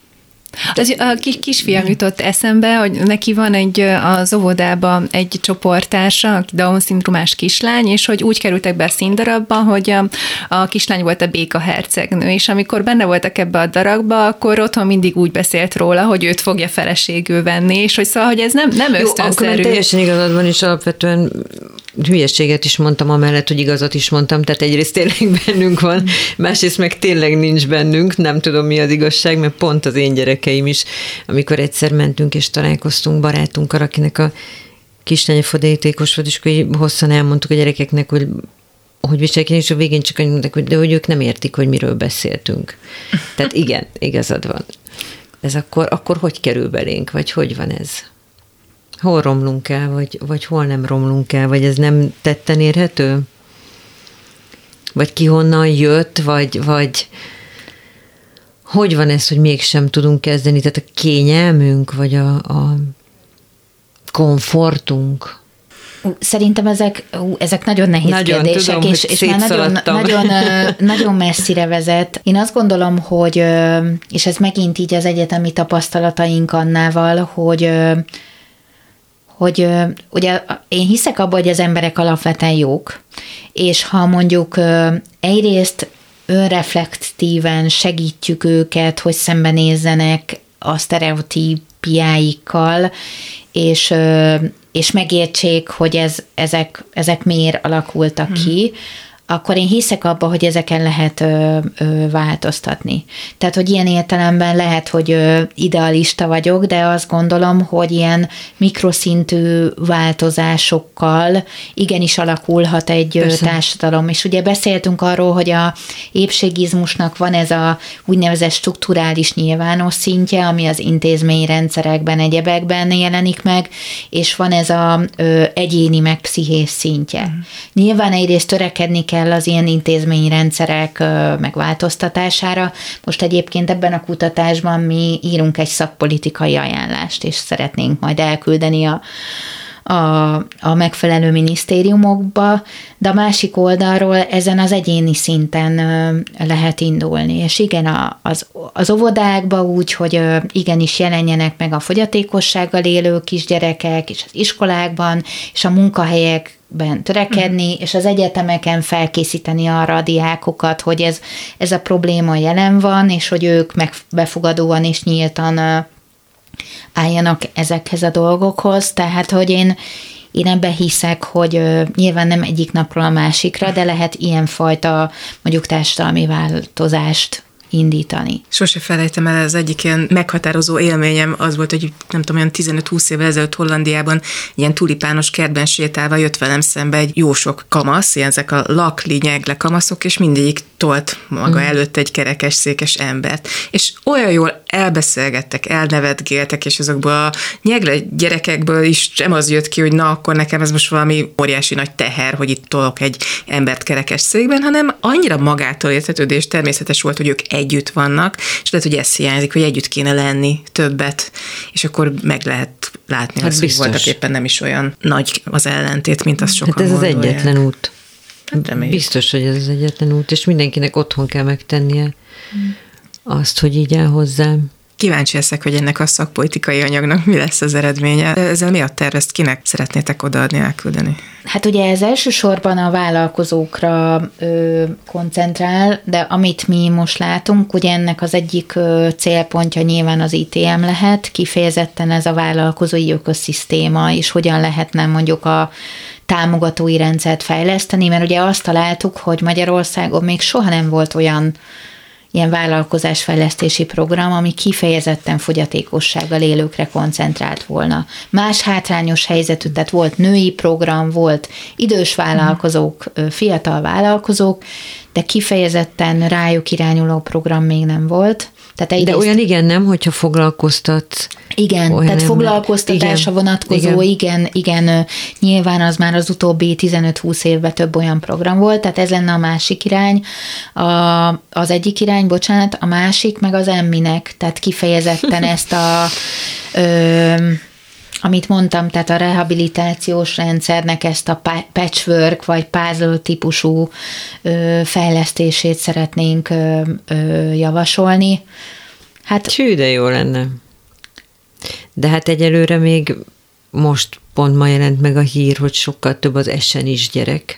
Az, a kis, kisfiam jutott eszembe, hogy neki van egy az óvodában egy csoporttársa, aki Down-szindrómás kislány, és hogy úgy kerültek be a színdarabba, hogy a, a kislány volt a béka hercegnő, és amikor benne voltak ebbe a darabba, akkor otthon mindig úgy beszélt róla, hogy őt fogja feleségül venni, és hogy szóval, hogy ez nem, nem ösztönszerű. Jó, akkor teljesen igazad van, és alapvetően hülyeséget is mondtam amellett, hogy igazat is mondtam, tehát egyrészt tényleg bennünk van, másrészt meg tényleg nincs bennünk, nem tudom mi az igazság, mert pont az én gyerekeim is, amikor egyszer mentünk és találkoztunk barátunkkal, akinek a kislánya fogyatékos volt, és akkor hosszan elmondtuk a gyerekeknek, hogy hogy viselkedni, és a végén csak annyit mondták, hogy de hogy ők nem értik, hogy miről beszéltünk. Tehát igen, igazad van. Ez akkor, akkor hogy kerül belénk, vagy hogy van ez? Hol romlunk el, vagy, vagy hol nem romlunk el, vagy ez nem tetten érhető? Vagy ki honnan jött, vagy, vagy hogy van ez, hogy mégsem tudunk kezdeni? Tehát a kényelmünk, vagy a, a komfortunk? Szerintem ezek, ezek nagyon nehéz nagyon, kérdések, tudom, és, és már nagyon, nagyon, nagyon messzire vezet. Én azt gondolom, hogy, és ez megint így az egyetemi tapasztalataink Annával, hogy hogy ugye én hiszek abban, hogy az emberek alapvetően jók, és ha mondjuk egyrészt önreflektíven segítjük őket, hogy szembenézzenek a sztereotípiáikkal, és, és megértsék, hogy ez, ezek, ezek miért alakultak hmm. ki, akkor én hiszek abba, hogy ezeken lehet ö, ö, változtatni. Tehát, hogy ilyen értelemben lehet, hogy ö, idealista vagyok, de azt gondolom, hogy ilyen mikroszintű változásokkal igenis alakulhat egy Persze. társadalom. És ugye beszéltünk arról, hogy a épségizmusnak van ez a úgynevezett strukturális nyilvános szintje, ami az intézményrendszerekben, egyebekben jelenik meg, és van ez az egyéni meg pszichés szintje. Mm. Nyilván egyrészt törekedni kell kell az ilyen intézményrendszerek megváltoztatására. Most egyébként ebben a kutatásban mi írunk egy szakpolitikai ajánlást, és szeretnénk majd elküldeni a, a, a megfelelő minisztériumokba, de a másik oldalról ezen az egyéni szinten lehet indulni. És igen, az, az óvodákba úgy, hogy igenis jelenjenek meg a fogyatékossággal élő kisgyerekek, és az iskolákban, és a munkahelyek ben törekedni, mm. és az egyetemeken felkészíteni arra a diákokat, hogy ez, ez a probléma jelen van, és hogy ők meg befogadóan és nyíltan álljanak ezekhez a dolgokhoz. Tehát, hogy én, én ebben hiszek, hogy nyilván nem egyik napról a másikra, de lehet ilyenfajta mondjuk társadalmi változást indítani. Sose felejtem el, az egyik ilyen meghatározó élményem az volt, hogy nem tudom, olyan tizenöt-húsz évvel ezelőtt Hollandiában ilyen tulipános kertben sétálva jött velem szembe egy jó sok kamasz, ilyen ezek a lakli, nyegle kamaszok, és mindegyik tolt maga mm. előtt egy kerekes, székes embert. És olyan jól elbeszélgettek, elnevetgéltek, és azokból a nyegle gyerekekből is sem az jött ki, hogy na, akkor nekem ez most valami óriási nagy teher, hogy itt tolok egy embert kerekes székben, hanem annyira magától értetődő és természetes volt, hogy ők együtt vannak, és lehet, hogy ez hiányzik, hogy együtt kéne lenni többet, és akkor meg lehet látni, hát az, hogy voltak éppen nem is olyan nagy az ellentét, mint azt sokan hát ez gondolják. Az egyetlen út. Hát biztos, hogy ez az egyetlen út, és mindenkinek otthon kell megtennie hmm. azt, hogy így áll hozzám. Kíváncsi leszek, hogy ennek a szakpolitikai anyagnak mi lesz az eredménye. Ezzel mi a terv, ezt kinek szeretnétek odaadni, elküldeni? Hát ugye ez elsősorban a vállalkozókra ö, koncentrál, de amit mi most látunk, ugye ennek az egyik ö, célpontja nyilván az I T M lehet, kifejezetten ez a vállalkozói ökoszisztéma, és hogyan lehetne mondjuk a támogatói rendszert fejleszteni, mert ugye azt találtuk, hogy Magyarországon még soha nem volt olyan ilyen vállalkozásfejlesztési program, ami kifejezetten fogyatékossággal élőkre koncentrált volna. Más hátrányos helyzetű, tehát volt női program, volt idős vállalkozók, fiatal vállalkozók, de kifejezetten rájuk irányuló program még nem volt. Tehát egyrészt, de olyan igen, nem, hogyha foglalkoztat. Igen, tehát foglalkoztatásra vonatkozó, igen. igen, igen, nyilván az már az utóbbi tizenöt-húsz évben több olyan program volt, tehát ez lenne a másik irány. A, az egyik irány, bocsánat, a másik meg az emminek, tehát kifejezetten ezt a... Ö, amit mondtam, tehát a rehabilitációs rendszernek ezt a patchwork vagy puzzle típusú ö, fejlesztését szeretnénk ö, ö, javasolni. Hát csű, de jó lenne. De hát egyelőre még most pont ma jelent meg a hír, hogy sokkal több az essen is gyerek,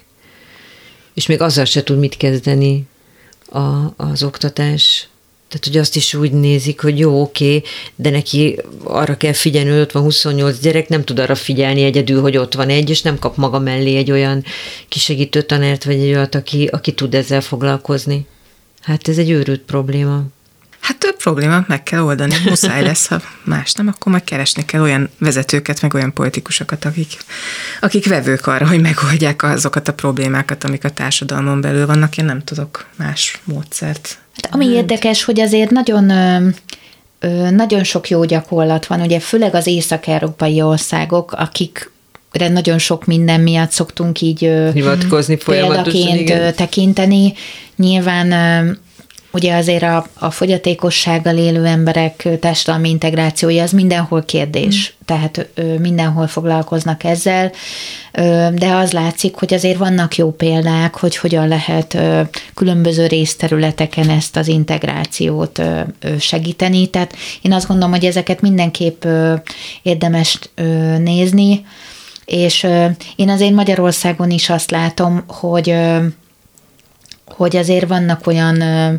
és még azzal se tud mit kezdeni a, az oktatás. Tehát, hogy azt is úgy nézik, hogy jó, oké, de neki arra kell figyelni, hogy ott van huszonnyolc gyerek, nem tud arra figyelni egyedül, hogy ott van egy, és nem kap maga mellé egy olyan kisegítő tanárt, vagy egy olyat, aki, aki tud ezzel foglalkozni. Hát ez egy őrült probléma. Hát több probléma meg kell oldani, muszáj lesz, ha más nem, akkor meg keresni kell olyan vezetőket, meg olyan politikusokat, akik, akik vevők arra, hogy megoldják azokat a problémákat, amik a társadalmon belül vannak. Én nem tudok más módszert. Hát, ami hát. érdekes, hogy azért nagyon, nagyon sok jó gyakorlat van, ugye főleg az észak-európai országok, akik nagyon sok minden miatt szoktunk így hivatkozni példaként tekinteni. Nyilván ugye azért a, a fogyatékossággal élő emberek társadalmi integrációja az mindenhol kérdés, mm. tehát ö, mindenhol foglalkoznak ezzel, ö, de az látszik, hogy azért vannak jó példák, hogy hogyan lehet ö, különböző részterületeken ezt az integrációt ö, ö, segíteni, tehát én azt gondolom, hogy ezeket mindenképp ö, érdemes ö, nézni, és ö, én azért Magyarországon is azt látom, hogy ö, hogy azért vannak olyan ö,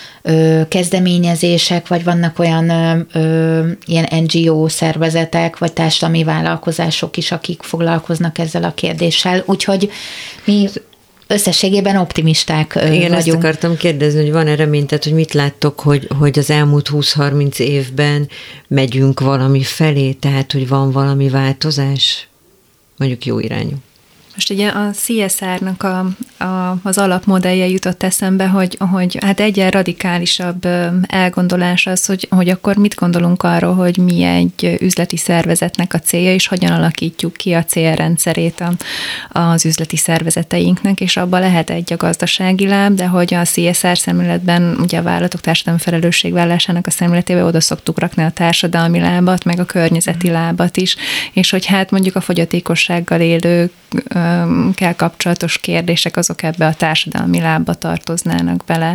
ö, kezdeményezések, vagy vannak olyan ö, ö, ilyen en gé o szervezetek, vagy társadalmi vállalkozások is, akik foglalkoznak ezzel a kérdéssel. Úgyhogy mi összességében optimisták ö, Igen, vagyunk. ezt akartam kérdezni, hogy van-e remény, tehát, hogy mit láttok, hogy, hogy az elmúlt húsz-harminc évben megyünk valami felé, tehát, hogy van valami változás, mondjuk jó irányú. Most ugye a cé es er-nak a, a, az alapmodellje jutott eszembe, hogy, hogy hát egyen radikálisabb elgondolás az, hogy, hogy akkor mit gondolunk arról, hogy mi egy üzleti szervezetnek a célja, és hogyan alakítjuk ki a célrendszerét a, az üzleti szervezeteinknek, és abban lehet egy a gazdasági láb, de hogy a cé es er szemléletben, ugye a vállalatok társadalmi felelősségvállalásának a szemléletébe oda szoktuk rakni a társadalmi lábat, meg a környezeti lábat is, és hogy hát mondjuk a fogyatékossággal élők kell kapcsolatos kérdések, azok ebbe a társadalmi lábba tartoznának bele.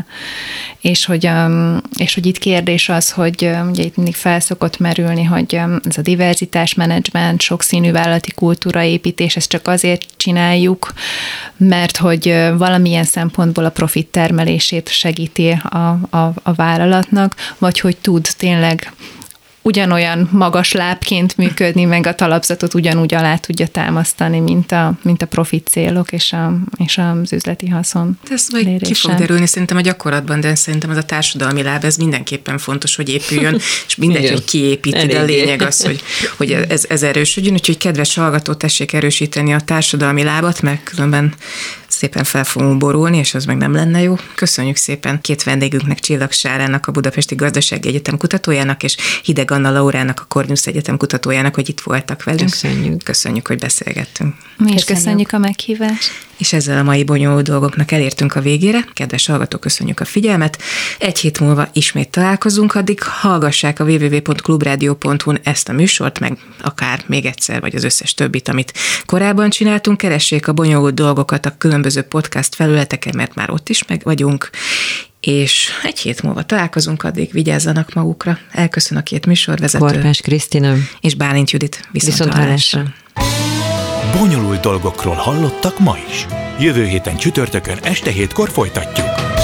És hogy, és hogy itt kérdés az, hogy ugye itt mindig felszokott merülni, hogy ez a diverzitás menedzsment, sokszínű vállalati kultúra építés, ezt csak azért csináljuk, mert hogy valamilyen szempontból a profit termelését segíti a, a, a vállalatnak, vagy hogy tud tényleg ugyanolyan magas lábként működni, meg a talapzatot ugyanúgy alá tudja támasztani, mint a, mint a profit célok és, a, és az üzleti haszon. Ez majd ki fog derülni szerintem a gyakorlatban, de szerintem ez a társadalmi láb, ez mindenképpen fontos, hogy épüljön, és mindegy, hogy ki építi, de a lényeg az, hogy, hogy ez, ez erősödjön. Úgyhogy kedves hallgató, tessék erősíteni a társadalmi lábat, mert különben szépen fel fogunk borulni, és az meg nem lenne jó. Köszönjük szépen két vendégünknek, Csillag Sárának, a Budapesti Gazdasági Egyetem kutatójának, és Hideg Anna Laurának, a Cornus Egyetem kutatójának, hogy itt voltak velünk. Köszönjük. Köszönjük, hogy beszélgettünk. Mi is köszönjük a meghívást. És ezzel a mai bonyolult dolgoknak elértünk a végére. Kedves hallgatók, köszönjük a figyelmet. Egy hét múlva ismét találkozunk, addig hallgassák a double-u double-u double-u pont klubradio pont hu-n ezt a műsort, meg akár még egyszer, vagy az összes többit, amit korábban csináltunk. Keressék a bonyolult dolgokat a különböző podcast felületeken, mert már ott is meg vagyunk. És egy hét múlva találkozunk, addig vigyázzanak magukra. Elköszön a két műsorvezető. Korpás Krisztina. És Bálint Judit. Viszonthallásra. Bonyolult dolgokról hallottak ma is. Jövő héten csütörtökön este hétkor folytatjuk.